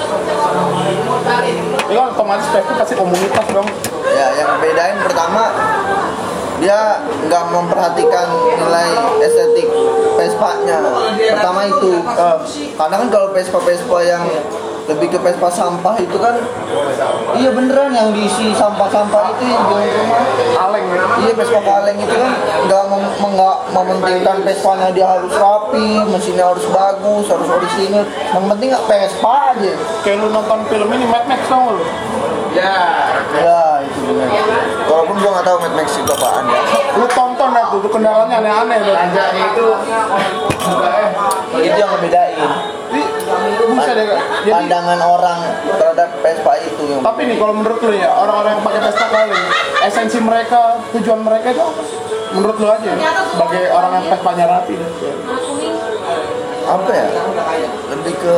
Ya kan otomatis Vespa pasti komunitas dong. Ya, yang bedain pertama dia nggak memperhatikan nilai estetik Vespa-nya. Pertama itu, eh, karena kan kalau Vespa-Vespa yang lebih ke Vespa sampah itu kan, iya beneran yang diisi sampah-sampah itu yang di rumah. Kaleng ya. Iya, Vespa kaleng itu kan nggak mem- nggak mementingkan Vespanya dia harus rapi, mesinnya harus bagus, harus orisinil. Yang penting nggak Vespa aja. Kayak lu nonton film ini Mad Max tau lu? Ya, itu benar. Walaupun gua nggak tahu Mad Max itu apaan ya. Lu tonton dah tuh, tuh kendalanya aneh-aneh tuh. itu itu yang ngebedain Jadi, bisa deh Kak. Jadi, pandangan orang terhadap Vespa itu yang tapi nih kalau menurut lu ya, orang-orang yang pakai Vespa kali, esensi mereka, tujuan mereka itu apa? Menurut lu aja, sebagai orang yang Vespanya rapi deh. apa ya, lebih ke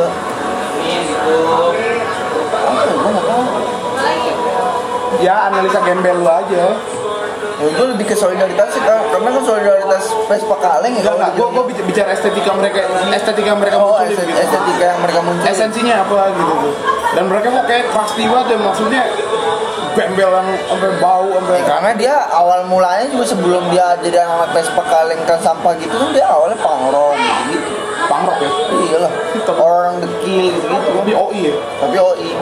apa ya, gua nggak tahu. Ya, analisa gembel lu aja. Ya, gue lebih ke solidaritas sih, Kak. Karena kan solidaritas Vespa kaleng ya. Enggak, enggak, kalau gua, gua bicara estetika mereka, estetika mereka oh, munculin estetika, gitu. estetika yang mereka muncul. Esensinya apa gitu tuh. Dan mereka kok kayak pasti banget ya, maksudnya gembel yang sampai bau, sampai Ya, karena dia awal mulanya juga sebelum dia jadi anak Vespa kaleng kan sampah gitu kan dia awalnya pangrong gitu, gitu. pangrok ya. Iyalah, orang dekil gitu gitu. Di O I ya. Tapi O I.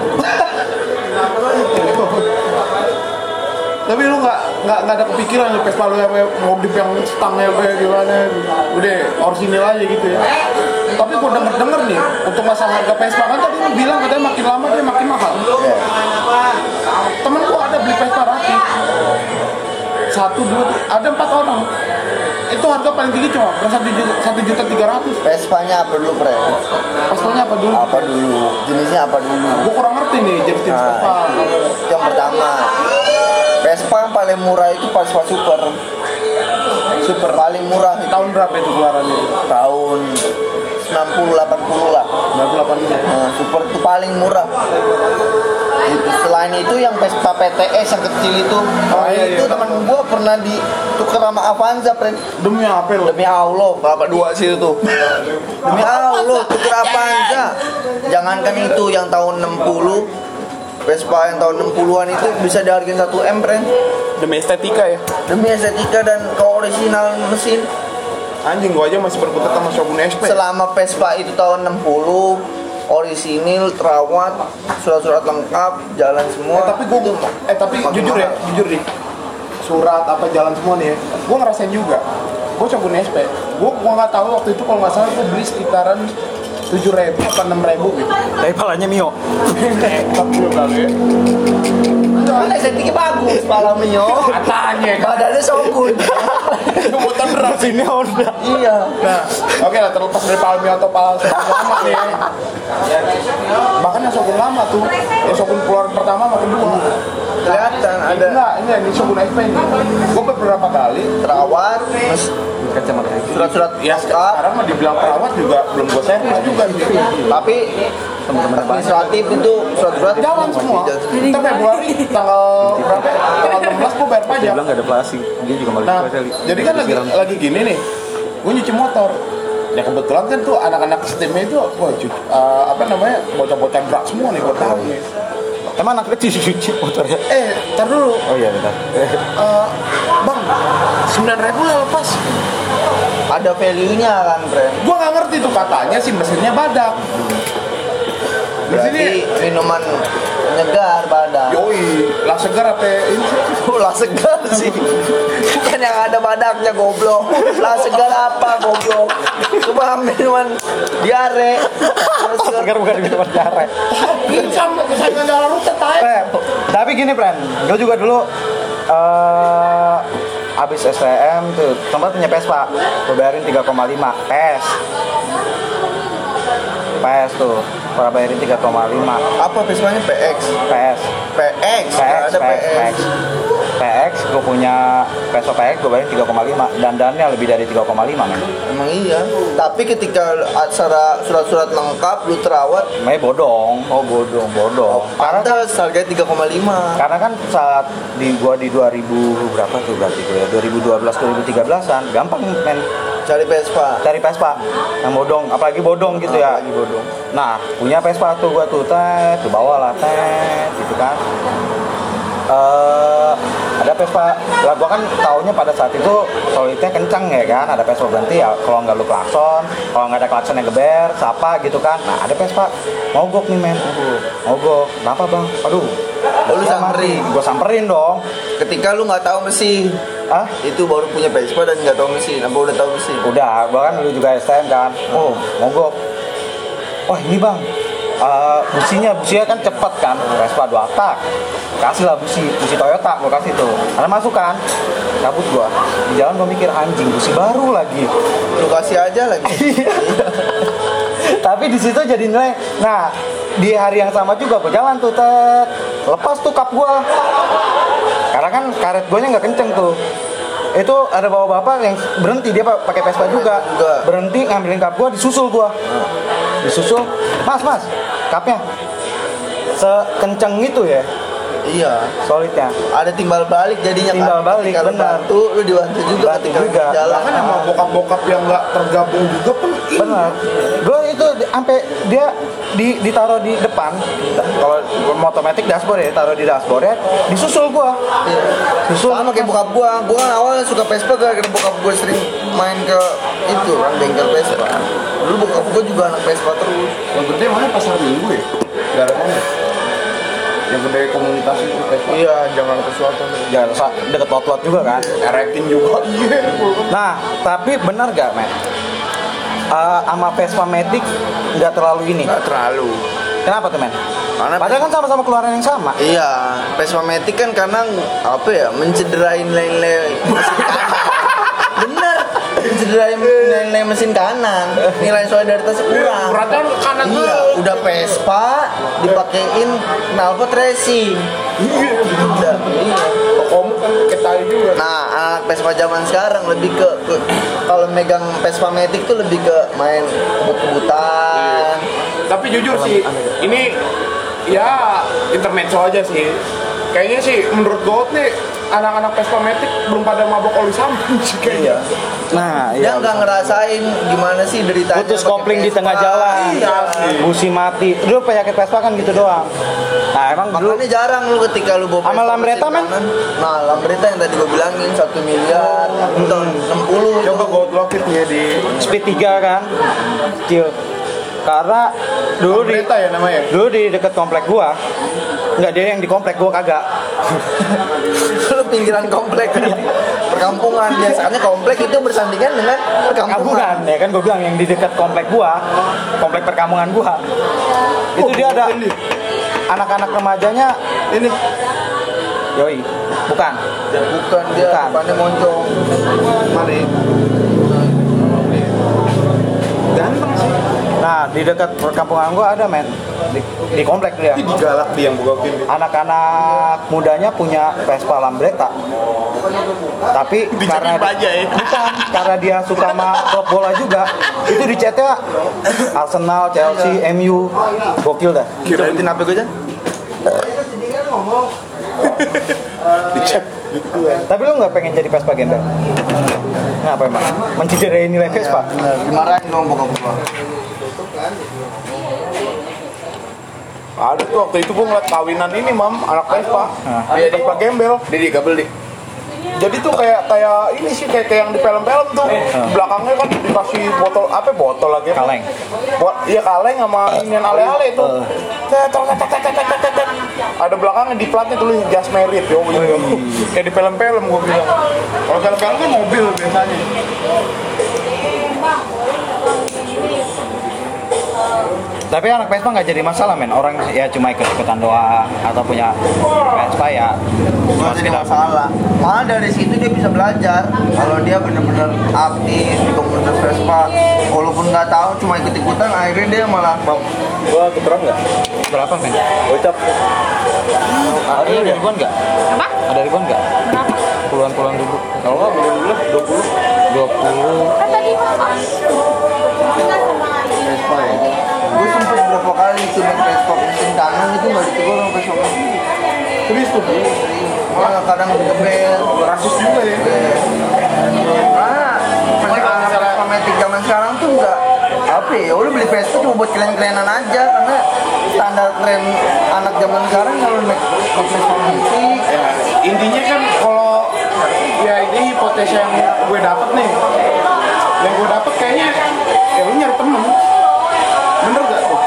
Tapi lu nggak nggak nggak ada kepikiran nih Vespa lu yang modif yang stangnya kayak gimana, udah orisinil aja gitu ya. Tapi gua denger denger nih untuk masalah harga Vespa kan tadi lu bilang katanya makin lama dia makin mahal. Ya. Temen gua ada beli Vespa rapi, satu dua ada empat orang. Itu harga paling tinggi cuma satu juta satu juta tiga ratus. Vespanya apa dulu, Pre? Vespanya apa dulu? Apa dulu? Jenisnya apa dulu? Gua kurang ngerti nih jenis-jenis Vespa. Nah, itu yang pertama. Vespa yang paling murah itu Vespa Super. Super paling murah itu Tahun berapa itu keluarannya? tahun sembilan puluh delapan puluh lah. sembilan puluh delapan ini. Nah, Super itu paling murah. Itu selain itu yang Vespa P T S yang kecil itu, Oh, iya, itu iya. teman gua pernah ditukar sama Avanza, friend. Demi apa lu? Demi Allah, berapa dua sih itu? Demi Allah, tuker Avanza. Jangankan itu yang tahun enam puluh, Vespa yang tahun enam puluhan itu bisa dihargain satu M, friend. Demi estetika ya. Demi estetika dan keorisinal mesin. Anjing gua aja masih berkutat sama Shogun S P. Selama Vespa itu tahun enam puluh, orisinil, terawat, surat-surat lengkap, jalan semua. Eh, tapi gua itu eh tapi makin jujur ya, mahal. jujur nih. Surat apa jalan semua nih ya. gue ngerasain juga. Gue Shogun S P. Gue gue nggak tahu waktu itu kalau nggak salah gue beli sekitaran tujuh ribu atau enam ribu gitu. Tapi palanya Mio. Tapi kali. Kan estetiknya bagus, pala Mio. Katanya kan. Badannya Shogun. Motor berat Sini Honda. Iya. Nah, oke lah terlepas dari Palmi atau Pal Shogun lama nih. Bahkan yang Shogun lama tuh, yang Shogun keluar pertama sama kedua. Kelihatan ada Enggak, ini ini Shogun S P nih. Gue beberapa kali terawat, mas Kacamata lagi. surat-surat ya lengkap, sekarang mah dibilang perawat juga belum gue servis juga nih. tapi Teman-teman banyak. administratif itu surat-surat Jalan semua. Jalan. Kita Februari tanggal berapa? Tanggal enam belas gue bayar Dia pajak. bilang nggak ada plastik. Dia juga malah Nah, kali. jadi kan lagi Disiram. lagi gini nih, gue nyuci motor. Ya kebetulan kan tuh anak-anak setimnya itu, wah cu- uh, apa namanya, bocah-bocah berat semua nih gue tahu nih. Emang anak kecil cuci motornya? Eh, tar dulu, Oh iya bentar. uh, bang, sembilan ribu lah lepas. Ada value-nya kan, friend. Gue nggak ngerti tuh katanya sih mesinnya badak. Berarti Mesinnya, minuman penyegar badan. yoi, lah segar apa ini sih? Lah segar sih. Bukan yang ada badaknya goblok. Lah segar apa goblok? Cuma minuman diare. Lah segar. Segar bukan di tempat cara. Ini sama kesayangan dalam rute tay. Eh, tapi gini, Pren. Gue juga dulu eh abis S T M tuh tempat punya Vespa. Gue bayarin tiga koma lima P S. P S tuh. Pernah bayarin tiga koma lima Apa Vespanya P X? P S. P X. P X, Ada P X, P X. P X, gue punya Vespa P X, gue bayarin tiga koma lima. Dandannya lebih dari tiga koma lima, men. Emang iya. Tapi ketika acara surat-surat lengkap lu terawat, Makanya bodong. Oh, bodong, bodong. Karena pantas harganya tiga koma lima. Karena kan saat di gua di dua ribu berapa tuh berarti tuh ya dua ribu dua belas dua ribu tiga belasan gampang men Cari Vespa. cari Vespa yang bodong, apalagi bodong gitu ya. Apalagi bodong. Nah, punya Vespa tuh gua tuh tet, tuh bawa lah tet gitu kan. Eh ada Vespa, lah gua kan taunya pada saat itu solidnya kencang ya kan, ada Vespa berhenti ya kalau nggak lu klakson, kalau nggak ada klakson yang geber, sapa gitu kan. Nah ada Vespa, mogok nih men, mogok, kenapa bang? Aduh, Oh, lu samperin. Gua samperin dong. Ketika lu nggak tahu mesin, Ah, itu baru punya Vespa dan nggak tahu mesin. Apa udah tahu mesin? udah, gua kan dulu juga S T M kan. Oh, mogok. Wah ini bang, eh, businya, businya kan cepet kan, Vespa dua tak. Kasih lah busi, busi Toyota gua kasih tuh. Karena masuk kan, cabut gua. Di jalan gua mikir anjing, busi baru lagi. Lu kasih aja lagi. Tapi di situ jadi nilai. Nah, di hari yang sama juga gua jalan tuh, tet. Lepas tuh kap gua. Karena kan karet gua nya nggak kenceng tuh. Itu ada bapak-bapak yang berhenti, dia pa- pakai Vespa juga. Juga. Berhenti ngambilin kap gua, disusul gua. Disusul, mas mas, kapnya sekenceng itu ya, Iya. solidnya. Ada timbal balik jadinya Timbal kan. balik, Kalau benar. bantu lu dibantu juga Bantu ketika juga. jalan. Bahkan sama bokap-bokap yang nggak tergabung juga pun ini. Benar. Gue itu di- sampai dia di ditaruh di depan. Kalau otomatis dashboard ya, taruh di dashboard ya, disusul gua. Iya. Susul Sama kayak bokap gua. Gua kan awalnya suka Vespa gara-gara bokap gua sering main ke itu kan bengkel Vespa. Dulu bokap gua juga anak Vespa terus. Yang gede mana pasar minggu ya? Daerah mana? Yang gede komunitas itu Vespa. Iya, jangan ke Selatan. Ya, sa- deket lot-lot juga kan. Erekin juga. Iya. Nah, tapi benar gak, men? Eh, sama Vespa Matic nggak terlalu ini. Nggak terlalu. Kenapa tuh, men? Karena Padahal kan sama-sama keluaran yang sama. Iya, Vespa Matic kan karena apa ya, mencederai nilai-nilai mesin kanan. Bener, mencederai nilai-nilai mesin kanan. Nilai solidaritasnya kurang. Beratnya kanan Iya, tuh. udah Vespa dipakein knalpot racing. Udah, iya. Kamu kan kita juga. Nah, anak Vespa zaman sekarang lebih ke, ke kalau megang Vespa Matic tuh lebih ke main kebut-kebutan. Tapi jujur sih, ini ya intermezzo aja sih. Kayaknya sih menurut gue nih anak-anak Vespa Matic belum pada mabok oli samping sih kayaknya. Nah, Dia iya. nggak ngerasain gimana sih deritanya Putus pakai kopling di Vespa. tengah jalan. Iya. Busi mati. Dulu penyakit Vespa kan gitu doang. Nah, emang dulu Makanya jarang lu ketika lu bawa Sama Vespa Lambretta, mesin men? kanan. Nah, Lambretta yang tadi gua bilangin satu miliar, atau enam puluh. Coba gue locket ya di speed tiga kan. Kecil. Karena dulu di Lambretta ya namanya. dulu di deket komplek gua. Enggak, dia yang di komplek gua kagak. Lu pinggiran komplek. perkampungan. Biasanya komplek itu bersandingan dengan perkampungan. Kampungan, ya kan gue bilang yang di dekat komplek gua, komplek perkampungan gua. Itu dia ada anak-anak remajanya Ini yoi, bukan. Bukan dia, Bukan. depannya moncong. mana ya? Ganteng sih. Nah, di dekat perkampungan gua ada men. Di, di komplek dia. Ini galak dia yang bukain. Anak-anak mudanya punya Vespa Lambretta. Tapi karena aja ya. bukan, karena dia suka sama klub bola juga, itu dicetnya Arsenal, Chelsea, M U, gokil dah. Cobain H P gue aja. Dicek gitu kan. Tapi lu nggak pengen jadi Vespa gembel? Ngapa emang? Mencederai nilai Vespa? Bener, dimarahin dong bokap gua. Ada tuh waktu itu gue ngeliat kawinan ini mam, anak Vespa. Nah. Ada Vespa gembel. Didi kabel dik. Jadi tuh kayak kayak ini sih kayak, kayak yang di film-film tuh. Belakangnya kan dikasih botol apa botol lagi? Kaleng. Buat iya kaleng sama inian ale-ale itu. Tet, tet, tet, tet, tet, tet, tet, tet. Ada belakangnya di platnya tulis just married yo. Kayak di film-film gue bilang. Kalau film-film kan mobil biasanya. Tapi anak Vespa nggak jadi masalah men. Orang ya cuma ikut-ikutan doang atau punya Vespa ya cuma Nggak jadi sekedar masalah. Malah dari situ dia bisa belajar kalau dia benar-benar aktif di komunitas Vespa. Walaupun nggak tahu cuma ikut-ikutan, akhirnya dia malah Gua keterang nggak? berapa men? Gocap. Ada ribuan nggak? Apa? Ada ribuan nggak? Berapa? Puluhan-puluhan ribu. Kalau nggak boleh dulu dua puluh. Dua puluh. Kan tadi makan. Enggak sama ini. Vespa ya. Gue sempet berapa kali tuh naik Vespa mesin kanan itu nggak ditegur sama Vespa mesin. Terus tuh. Malah kadang digebel. Rasis juga ya. Karena mesin Vespa Matic zaman sekarang tuh nggak apa ya, lu beli Vespa cuma buat keren-kerenan aja karena standar keren anak zaman sekarang kalau naik naik Vespa Matic. Ya, intinya kan kalau ya ini hipotesa yang gue dapet nih, yang gue dapet kayaknya ya lu nyari temen, bener gak tuh?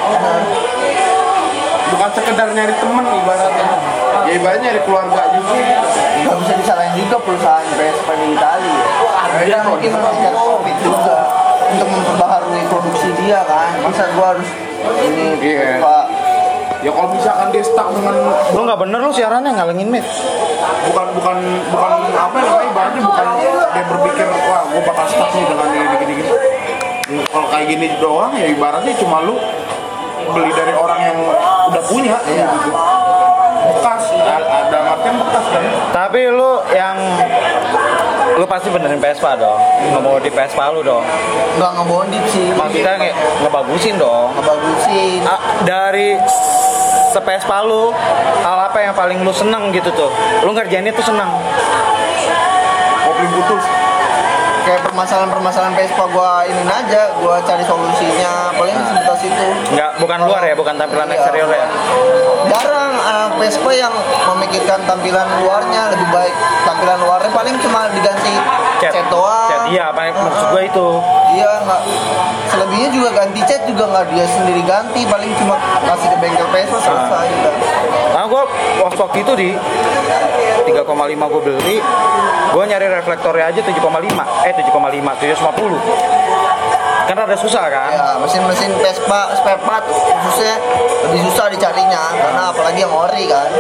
Bukan sekedar nyari temen ibaratnya, ya ibaratnya nyari keluarga juga. Nggak bisa disalahin juga perusahaan Vespa di Itali. Dia iya, mungkin iya. mengejar profit juga untuk memperbaharui produksi dia kan. Masa gua harus ini Iya. Vespa. Ya kalau misalkan dia stuck dengan Lu nggak bener lu siarannya ngalengin mit. bukan bukan bukan apa namanya ibaratnya bukan dia berpikir wah gue bakal stuck nih dengan ini gini gini. Kalau kayak gini doang ya ibaratnya cuma lu beli dari orang yang udah punya Iya. gitu. Bekas, ada market bekas kan. Tapi lu yang lu pasti benerin Vespa dong. Ngemodif Vespa lu dong. Nggak ngebondit sih. Maksudnya nge- ngebagusin dong. ngebagusin. Ah, dari se-Vespa lu, hal apa yang paling lu seneng gitu tuh? Lu ngerjainnya tuh seneng. Kopling putus. Kayak permasalahan-permasalahan Vespa gua ini aja, gua cari solusinya. Paling sebatas itu. Nggak, bukan luar ya, bukan tampilan Iya. eksterior ya. Jarang anak Vespa yang memikirkan tampilan luarnya lebih baik. Tampilan luarnya paling cuma diganti cat, doang. Cat, iya, apa yang maksud gua itu. Iya, nggak. Selebihnya juga ganti cat juga nggak dia sendiri ganti, paling cuma kasih ke bengkel Vespa selesai. Udah. Nah, gua waktu itu di tiga koma lima gua beli, gua nyari reflektornya aja tujuh koma lima, eh tujuh koma lima, tujuh ratus lima puluh. Kan rada susah kan? Ya, mesin-mesin Vespa spare part khususnya lebih susah dicarinya karena apalagi yang ori kan.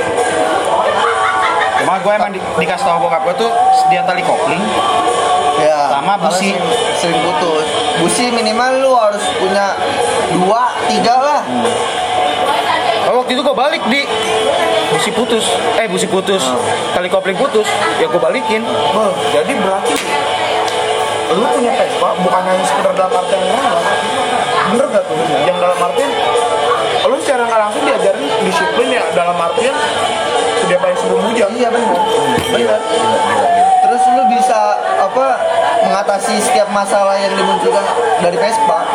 Cuma gue emang di, dikasih tau bokap gue tuh sedia tali kopling Ya, sama busi. karena sering, sering putus. Busi minimal lu harus punya dua, tiga lah. Oh, waktu itu gue balik di busi putus, eh busi putus, tali kopling putus, ya gue balikin. Bang, jadi berarti lu punya Vespa bukan hanya sekedar dalam artian yang bener gak tuh? Yang dalam artian lu secara nggak langsung diajarin disiplin ya dalam artian sedia payung sebelum hujan. Iya benar. Benar. Terus lu bisa apa mengatasi setiap masalah yang dimunculkan dari Vespa.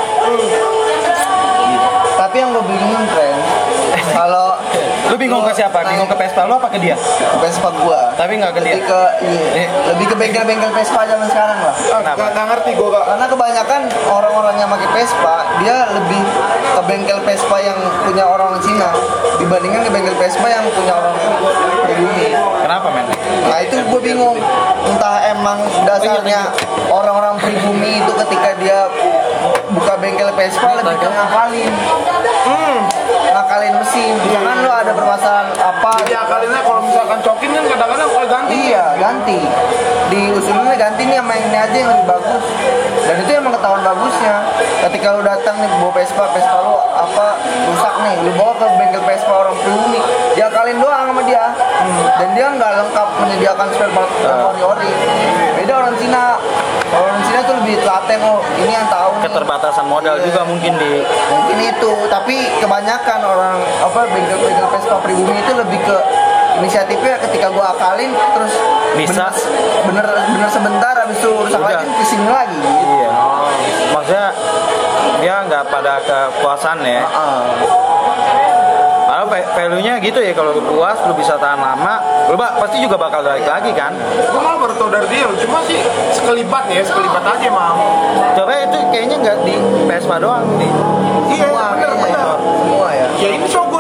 Tapi yang gue bingung tren kalau Lu bingung ke siapa? Bingung ke Vespa lu apa ke dia? ke Vespa gua. Tapi nggak ke dia. Lebih ke iya, Eh. lebih ke bengkel-bengkel Vespa zaman sekarang lah. Ah, Kenapa? nggak nggak ngerti gue gak. Karena kebanyakan orang-orang yang pakai Vespa dia lebih ke bengkel Vespa yang punya orang Cina dibandingkan ke bengkel Vespa yang punya orang pribumi. Kenapa men? Nah itu gue bingung emang dasarnya orang-orang pribumi itu ketika dia buka bengkel Vespa lebih ke ngakalin. Hmm. Ngakalin mesin. Misalkan lu ada permasalahan apa? Ya kalinya kalau misalkan cokin kan kadang-kadang kalau ganti. Iya, ganti. Diusulinnya ganti nih sama yang ini aja yang lebih bagus. Dan itu emang ketahuan bagusnya. Ketika lu datang nih bawa Vespa, Vespa lu apa rusak nih, lu bawa ke bengkel Vespa orang pribumi, dia kalin doang sama dia. Hmm. Dan dia nggak lengkap menyediakan spare part yang ori-ori. Beda orang Cina. Orang Cina tuh lebih telaten, oh ini yang tahu nih. Keterbatasan modal Iya. juga mungkin di Mungkin itu, tapi kebanyakan orang apa bengkel-bengkel Vespa pribumi itu lebih ke inisiatifnya ketika gua akalin terus Bisa. bener bener, bener sebentar habis itu rusak Udah. lagi kesini lagi. iya. Maksudnya dia nggak pada kepuasan ya. Ah, Kalau value-nya gitu ya, kalau lu puas lu bisa tahan lama, lu bak pasti juga bakal balik lagi kan. Gue malah baru tau dari dia, cuma sih sekelibat ya, sekelibat aja mam. Coba itu kayaknya nggak di Vespa doang di Iya, semua bener kayaknya bener. ya. Semua ya. Ya ini Shogun